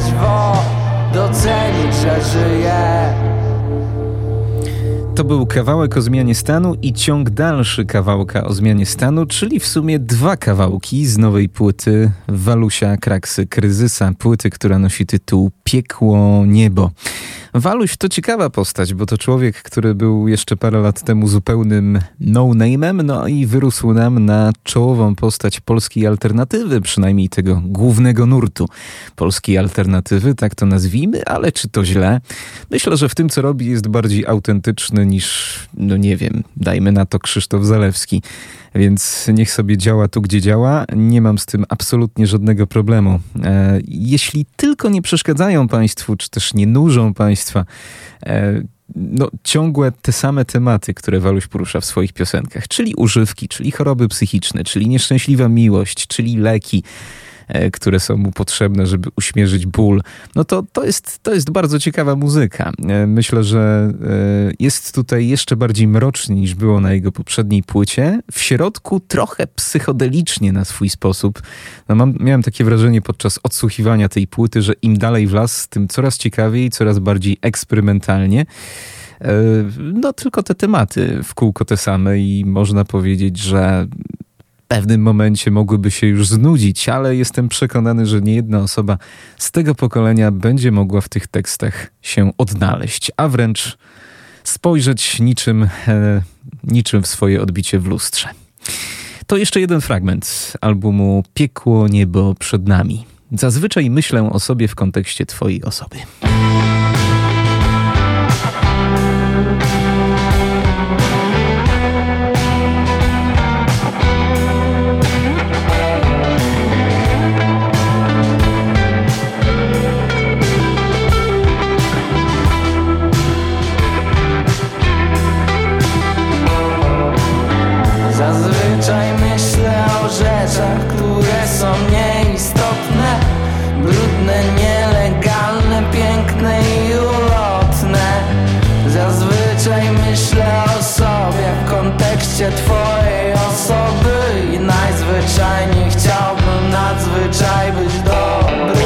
trzeźwo docenić, że żyję. To był kawałek o zmianie stanu i ciąg dalszy kawałka o zmianie stanu, czyli w sumie dwa kawałki z nowej płyty Walusia Kraksy Kryzysa, płyty, która nosi tytuł Piekło Niebo. Waluś to ciekawa postać, bo to człowiek, który był jeszcze parę lat temu zupełnym no-name'em, no i wyrósł nam na czołową postać polskiej alternatywy, przynajmniej tego głównego nurtu polskiej alternatywy, tak to nazwijmy, ale czy to źle? Myślę, że w tym, co robi, jest bardziej autentyczny niż, no nie wiem, dajmy na to Krzysztof Zalewski. Więc niech sobie działa tu, gdzie działa. Nie mam z tym absolutnie żadnego problemu. E, jeśli tylko nie przeszkadzają państwu, czy też nie nużą państwa e, no, ciągłe te same tematy, które Waluś porusza w swoich piosenkach, czyli używki, czyli choroby psychiczne, czyli nieszczęśliwa miłość, czyli leki, które są mu potrzebne, żeby uśmierzyć ból, no to, to, jest, to jest bardzo ciekawa muzyka. Myślę, że jest tutaj jeszcze bardziej mrocznie niż było na jego poprzedniej płycie. W środku trochę psychodelicznie na swój sposób. No mam, miałem takie wrażenie podczas odsłuchiwania tej płyty, że im dalej w las, tym coraz ciekawiej, coraz bardziej eksperymentalnie. No tylko te tematy w kółko te same i można powiedzieć, że w pewnym momencie mogłyby się już znudzić, ale jestem przekonany, że niejedna osoba z tego pokolenia będzie mogła w tych tekstach się odnaleźć, a wręcz spojrzeć niczym, e, niczym w swoje odbicie w lustrze. To jeszcze jeden fragment albumu Piekło Niebo przed nami. Zazwyczaj myślę o sobie w kontekście twojej osoby. Zazwyczaj myślę o rzeczach, które są nieistotne, brudne, nielegalne, piękne i ulotne. Zazwyczaj myślę o sobie w kontekście twojej osoby i najzwyczajniej chciałbym nadzwyczaj być dobry.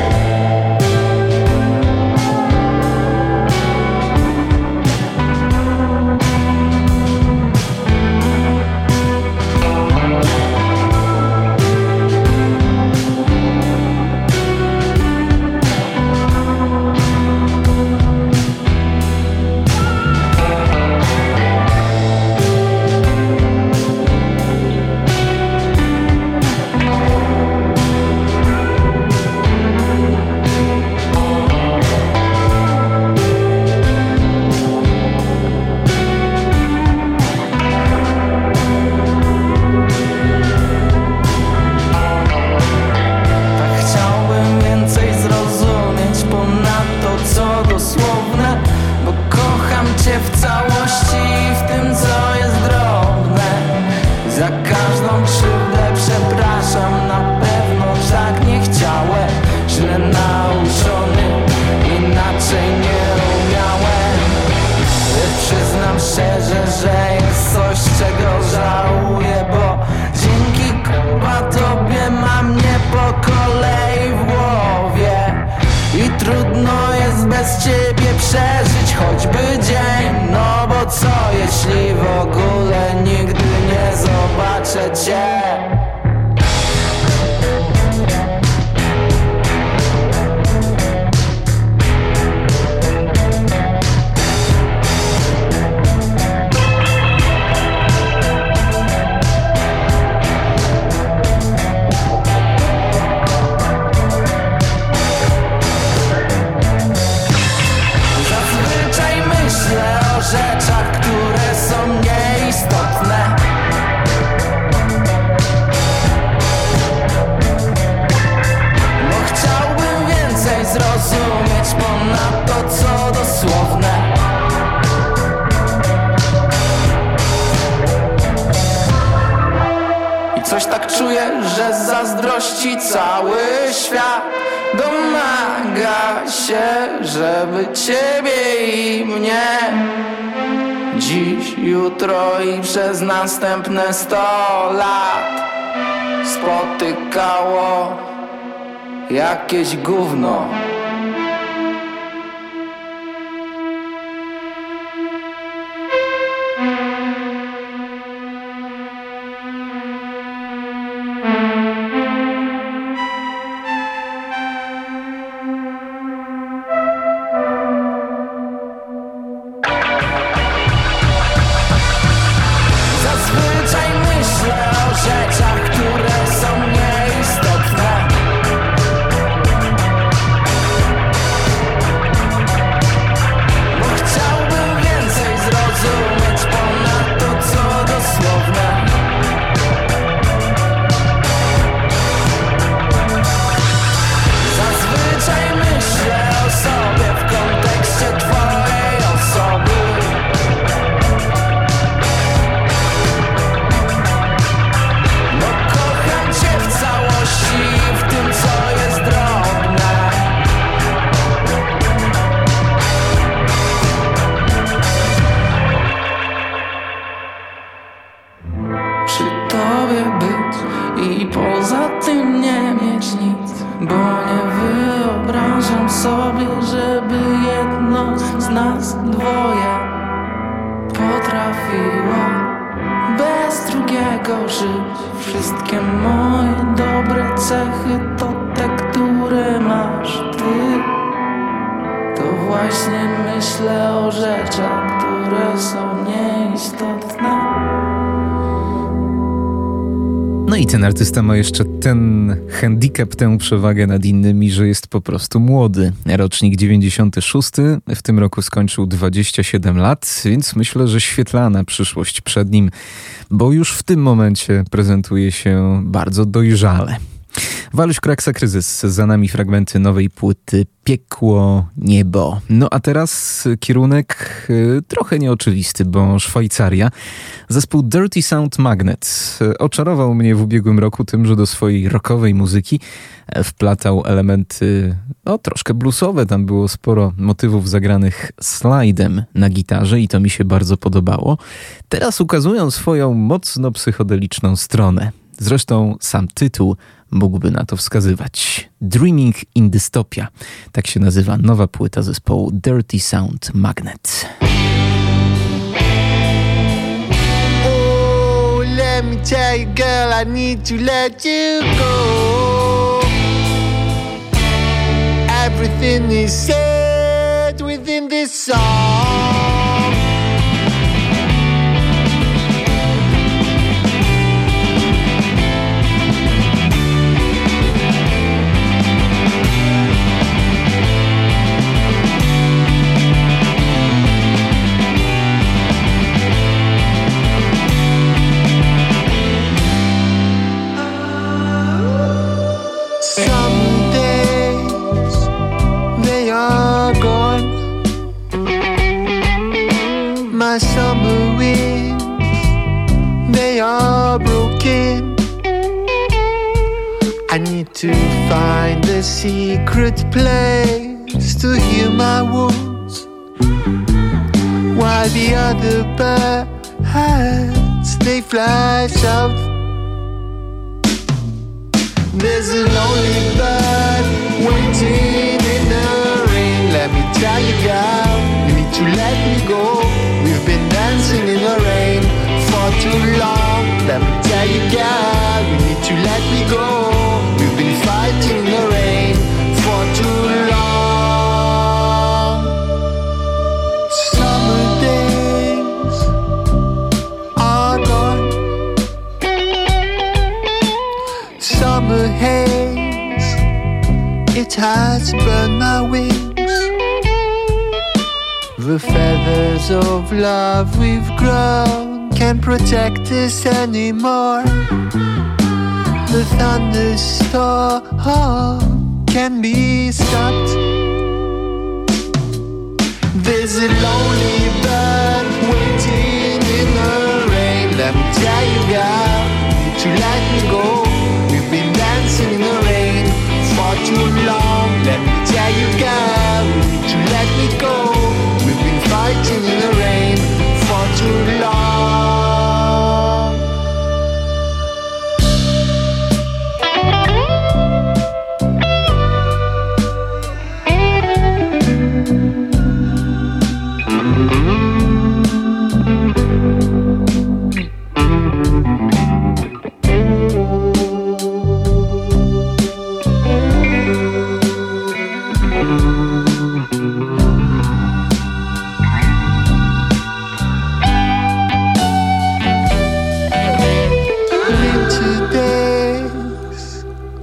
Coś tak czuję, że z zazdrości cały świat domaga się, żeby ciebie i mnie dziś, jutro i przez następne sto lat spotykało jakieś gówno. No i ten artysta ma jeszcze ten handicap, tę przewagę nad innymi, że jest po prostu młody. Rocznik dziewięćdziesiąty szósty, w tym roku skończył dwadzieścia siedem lat, więc myślę, że świetlana przyszłość przed nim, bo już w tym momencie prezentuje się bardzo dojrzale. Waluś Kraksa Kryzys, za nami fragmenty nowej płyty Piekło, Niebo. No a teraz kierunek y, trochę nieoczywisty, bo Szwajcaria. Zespół Dirty Sound Magnet oczarował mnie w ubiegłym roku tym, że do swojej rockowej muzyki wplatał elementy no, troszkę bluesowe. Tam było sporo motywów zagranych slajdem na gitarze i to mi się bardzo podobało. Teraz ukazują swoją mocno psychodeliczną stronę. Zresztą sam tytuł mógłby na to wskazywać. Dreaming in Dystopia. Tak się nazywa nowa płyta zespołu Dirty Sound Magnet. Oh, let me tell you, girl, I need to let you go. Everything is said within this song. My summer winds, they are broken. I need to find a secret place to heal my wounds, while the other birds, they fly south. There's a lonely bird waiting in the rain. Let me tell you, girl, you need to let me go. We've been dancing in the rain for too long. Let me tell you, girl, you need to let me go. We've been fighting in the rain for too long. Summer days are gone. Summer haze, it has burned my wings. The feathers of love we've grown can't protect us anymore. The thunderstorm can be stopped. There's a lonely bird waiting in the rain. Let me tell you, girl, you need to let me go. We've been dancing in the rain for too long. Let me tell you, girl, you need to let me go. Fighting in the rain for too long.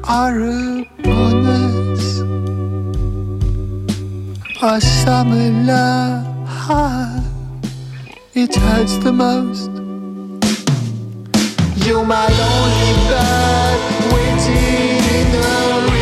are upon us. Our summer love, it hurts the most. You're my only bird waiting in the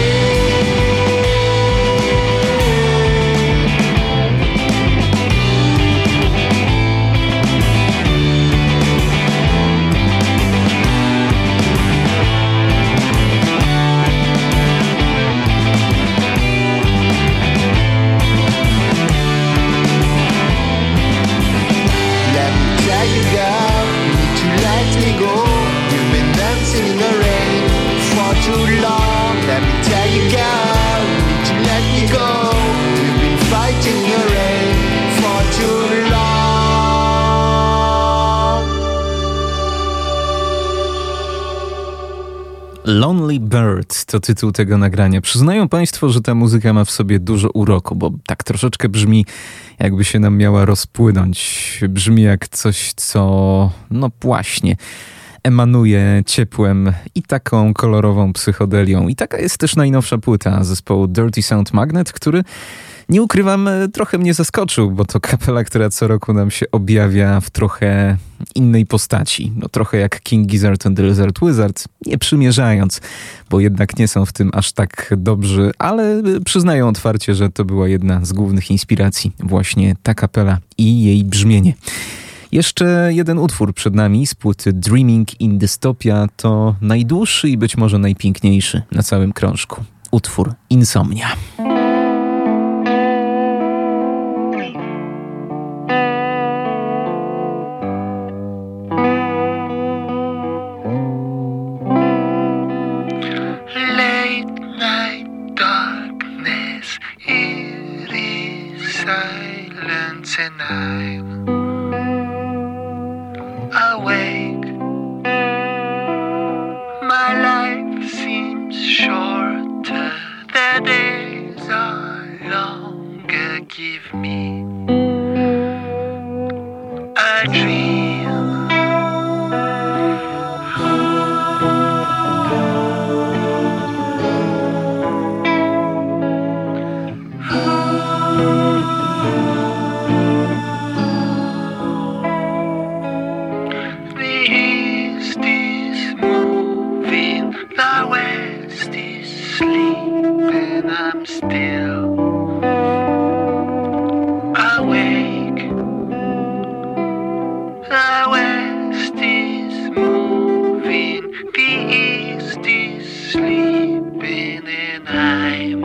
too long, let me tell you, girl, you need to let me go. We've been fighting the rain for too long. Lonely Bird to tytuł tego nagrania. Przyznają Państwo, że ta muzyka ma w sobie dużo uroku, bo tak troszeczkę brzmi, jakby się nam miała rozpłynąć. Brzmi jak coś, co no właśnie emanuje ciepłem i taką kolorową psychodelią. I taka jest też najnowsza płyta zespołu Dirty Sound Magnet, który, nie ukrywam, trochę mnie zaskoczył, bo to kapela, która co roku nam się objawia w trochę innej postaci. No trochę jak King Gizzard and the Lizard Wizard, nie przymierzając, bo jednak nie są w tym aż tak dobrzy, ale przyznają otwarcie, że to była jedna z głównych inspiracji, właśnie ta kapela i jej brzmienie. Jeszcze jeden utwór przed nami z płyty Dreaming in Dystopia. To najdłuższy i być może najpiękniejszy na całym krążku. Utwór Insomnia. Late night darkness, it is silence and I'm awake. My life seems shorter, the days are longer. Give me a dream. I'm still awake. The west is moving, the east is sleeping, and I'm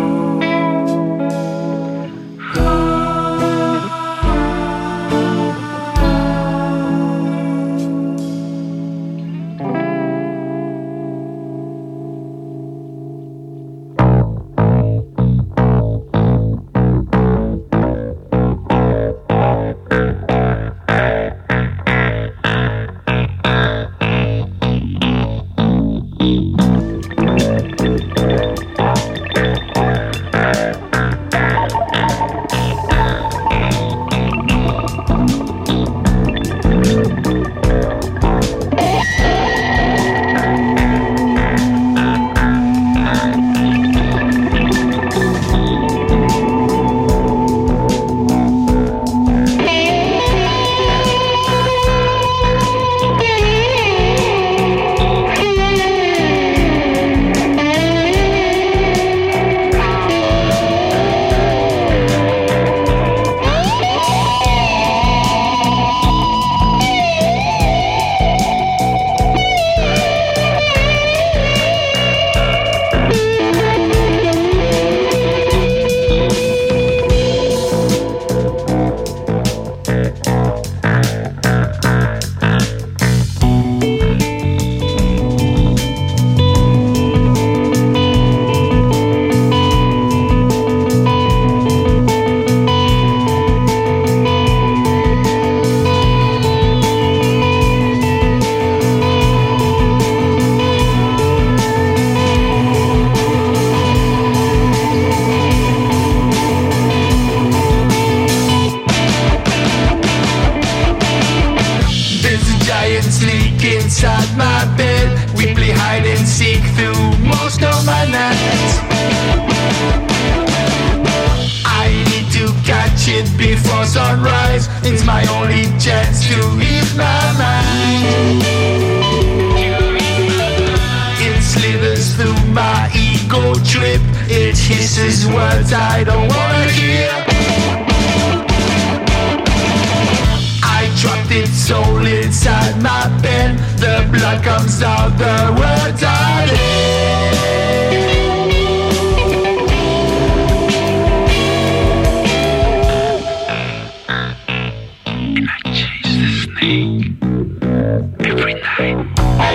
alone. it's my only chance to ease my mind. It slithers through my ego trip. It hisses words I don't wanna hear. I dropped its soul inside my pen. The blood comes out, the words are there. And I chase the snake every night.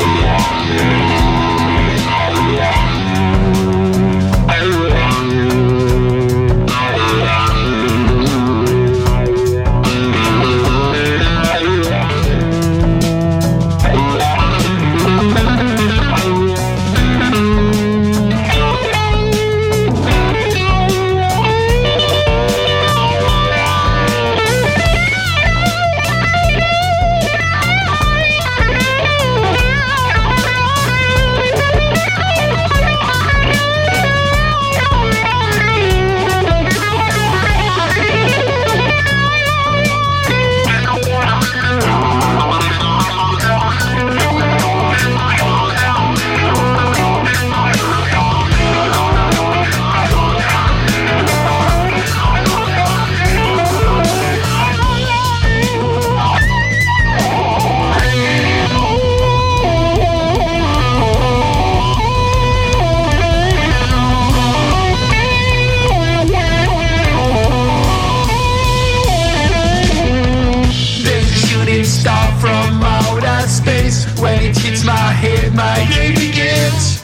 When it hits my head, my day begins.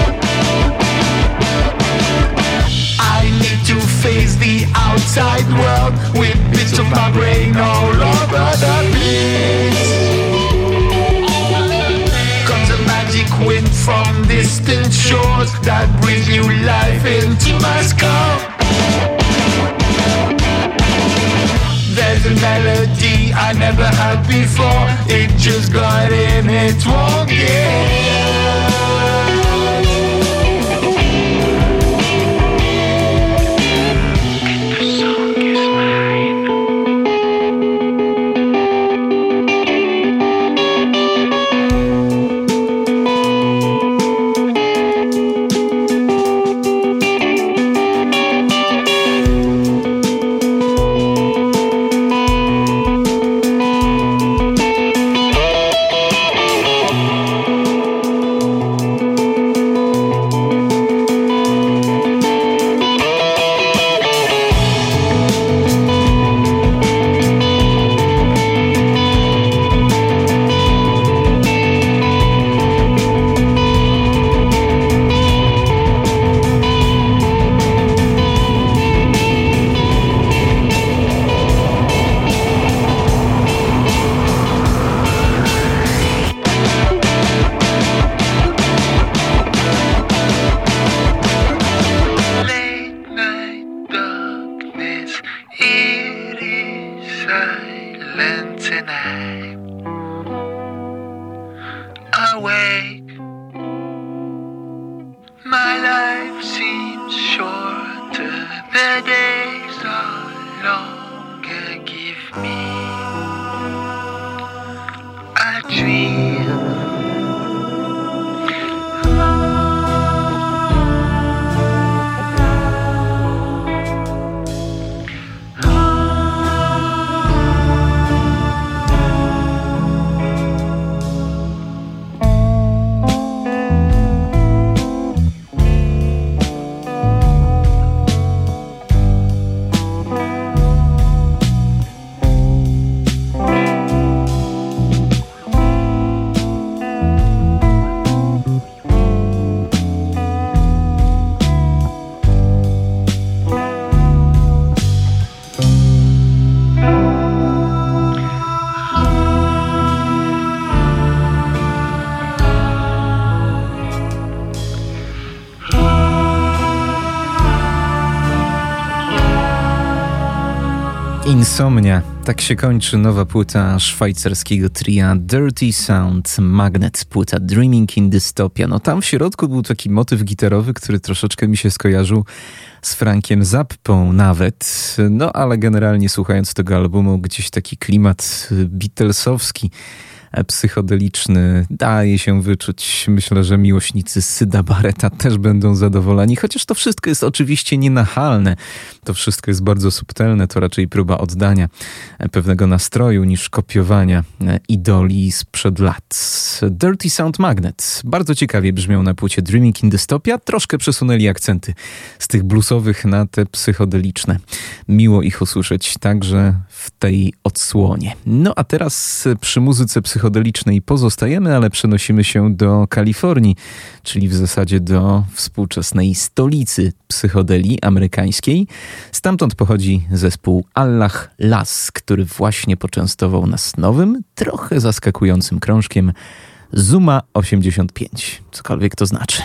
I need to face the outside world with bits of my brain all over the place. Comes a magic wind from distant shores that brings new life into my skull. There's a melody I never heard before. It just got in, it won't get. Insomnia. Tak się kończy nowa płyta szwajcarskiego tria Dirty Sound Magnet, płyta Dreaming in Dystopia. No tam w środku był taki motyw gitarowy, który troszeczkę mi się skojarzył z Frankiem Zappą nawet. No ale generalnie słuchając tego albumu, gdzieś taki klimat beatlesowski, psychodeliczny daje się wyczuć. Myślę, że miłośnicy Syda Barretta też będą zadowoleni, chociaż to wszystko jest oczywiście nienachalne. To wszystko jest bardzo subtelne, to raczej próba oddania pewnego nastroju niż kopiowania idoli sprzed lat. Dirty Sound Magnet bardzo ciekawie brzmią na płycie Dreaming in Dystopia. Troszkę przesunęli akcenty z tych bluesowych na te psychodeliczne. Miło ich usłyszeć także w tej odsłonie. No a teraz przy muzyce psychodelicznej pozostajemy, ale przenosimy się do Kalifornii, czyli w zasadzie do współczesnej stolicy psychodelii amerykańskiej. Stamtąd pochodzi zespół Allah Las, który właśnie poczęstował nas nowym, trochę zaskakującym krążkiem Zuma osiemdziesiąt pięć, cokolwiek to znaczy.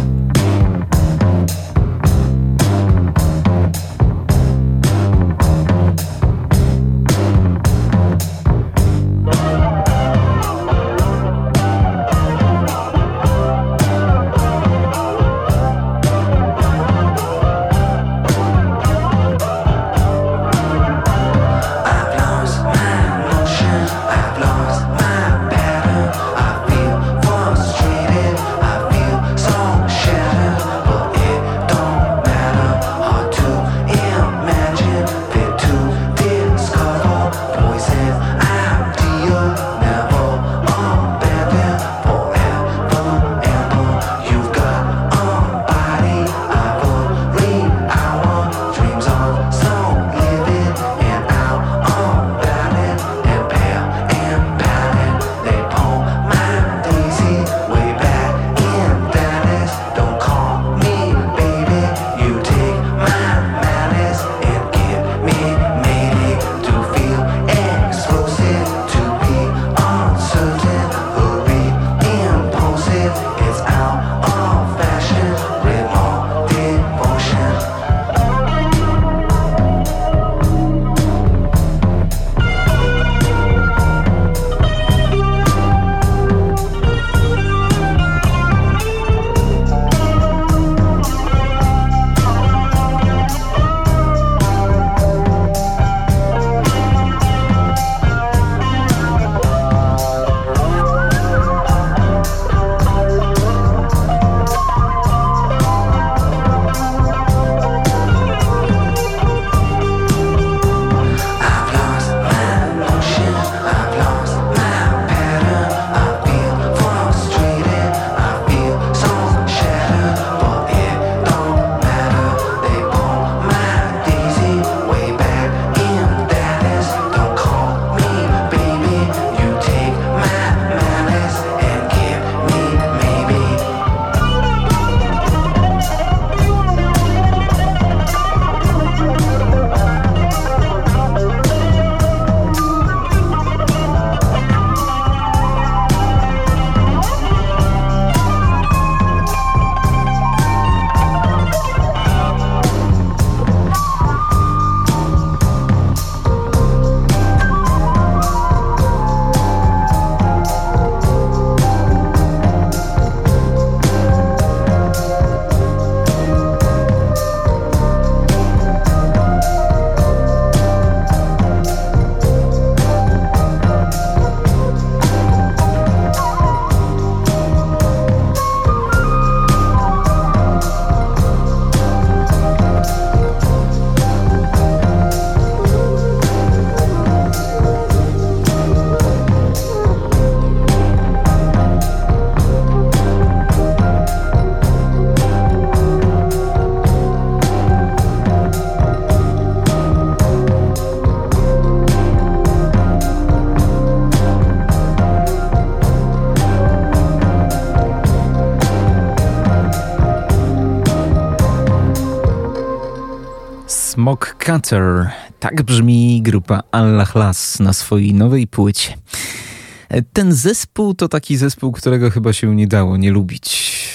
Smog Cutter. Tak brzmi grupa Allah Las na swojej nowej płycie. Ten zespół to taki zespół, którego chyba się nie dało nie lubić.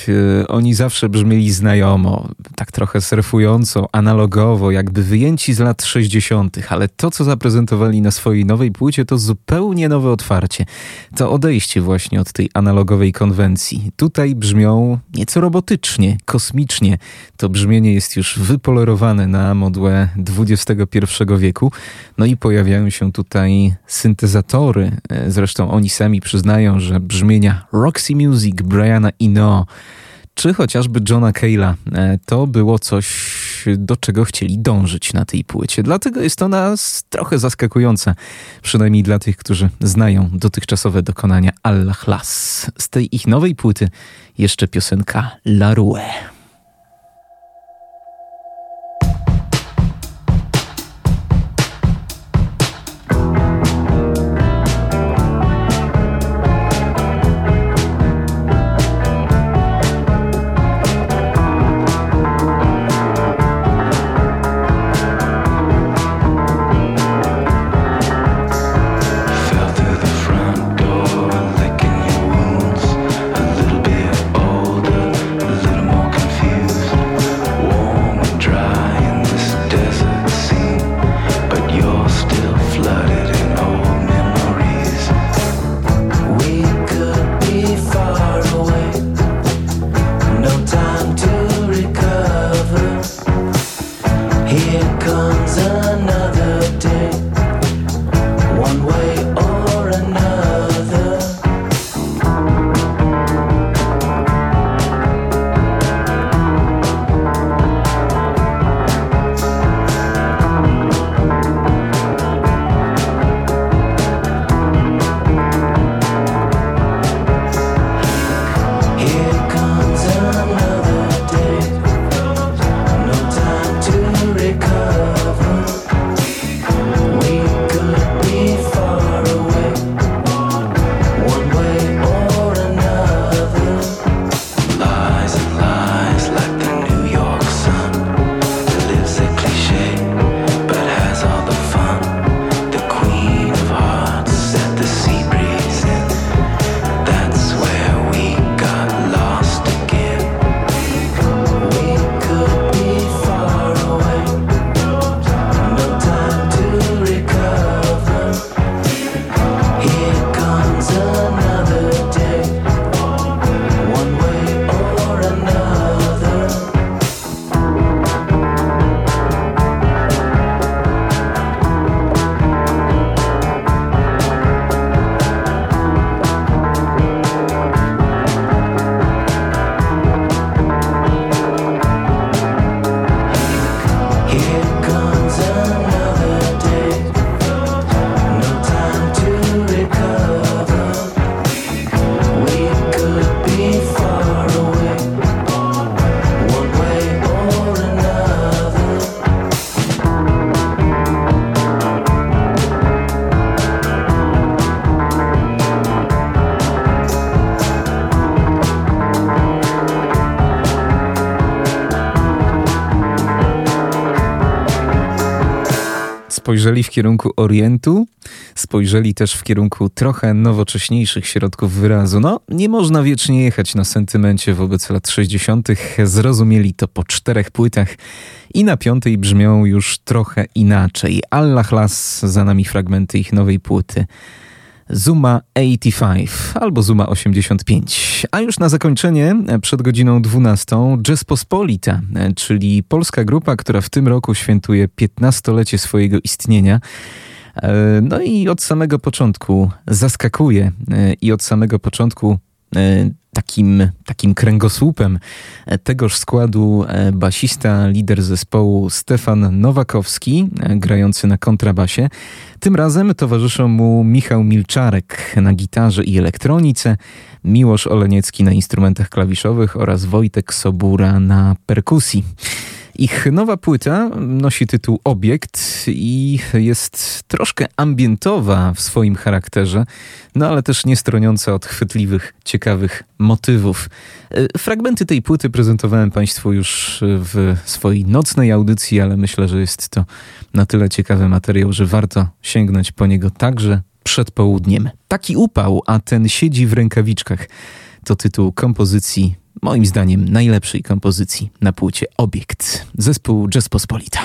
Yy, oni zawsze brzmieli znajomo, tak trochę surfująco, analogowo, jakby wyjęci z lat sześćdziesiątych, ale to, co zaprezentowali na swojej nowej płycie, to zupełnie nowe otwarcie. To odejście właśnie od tej analogowej konwencji. Tutaj brzmią nieco robotycznie, kosmicznie. To brzmienie jest już wypolerowane na modłę dwudziestego pierwszego wieku. No i pojawiają się tutaj syntezatory. Zresztą oni sami przyznają, że brzmienia Roxy Music, Briana Eno, czy chociażby Johna Cale'a, to było coś, do czego chcieli dążyć na tej płycie. Dlatego jest ona trochę zaskakująca, przynajmniej dla tych, którzy znają dotychczasowe dokonania Allah Las. Z tej ich nowej płyty jeszcze piosenka La Rue. Spojrzeli w kierunku Orientu, spojrzeli też w kierunku trochę nowocześniejszych środków wyrazu. No, nie można wiecznie jechać na sentymencie wobec lat sześćdziesiątych. Zrozumieli to po czterech płytach i na piątej brzmią już trochę inaczej. Allah Las, za nami fragmenty ich nowej płyty. Zuma osiemdziesiąt pięć albo Zuma osiemdziesiąt pięć. A już na zakończenie, przed godziną dwunastą, Rzeczpospolita, czyli polska grupa, która w tym roku świętuje piętnastolecie swojego istnienia. No i od samego początku zaskakuje i od samego początku takim, takim kręgosłupem tegoż składu basista, lider zespołu Stefan Nowakowski, grający na kontrabasie. Tym razem towarzyszą mu Michał Milczarek na gitarze i elektronice, Miłosz Oleniecki na instrumentach klawiszowych oraz Wojtek Sobura na perkusji. Ich nowa płyta nosi tytuł Obiekt i jest troszkę ambientowa w swoim charakterze, no ale też nie stroniąca od chwytliwych, ciekawych motywów. Fragmenty tej płyty prezentowałem Państwu już w swojej nocnej audycji, ale myślę, że jest to na tyle ciekawy materiał, że warto sięgnąć po niego także przed południem. Taki upał, a ten siedzi w rękawiczkach. To tytuł kompozycji moim zdaniem najlepszej kompozycji na płycie Obiekt. Zespół Rzeczpospolita.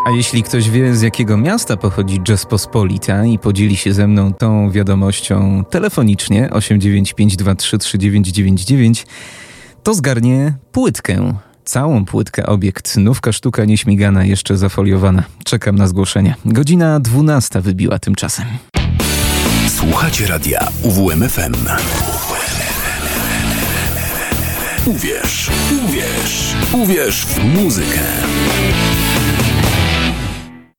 A jeśli ktoś wie, z jakiego miasta pochodzi Rzeczpospolita i podzieli się ze mną tą wiadomością telefonicznie osiem dziewięć pięć dwa trzy trzy dziewięć dziewięć dziewięć, to zgarnie płytkę. Całą płytkę, obiekt, nówka sztuka nieśmigana, jeszcze zafoliowana. Czekam na zgłoszenia. Godzina dwunasta wybiła tymczasem. Słuchacie radia U W M F M. Uwierz, uwierz, uwierz w muzykę.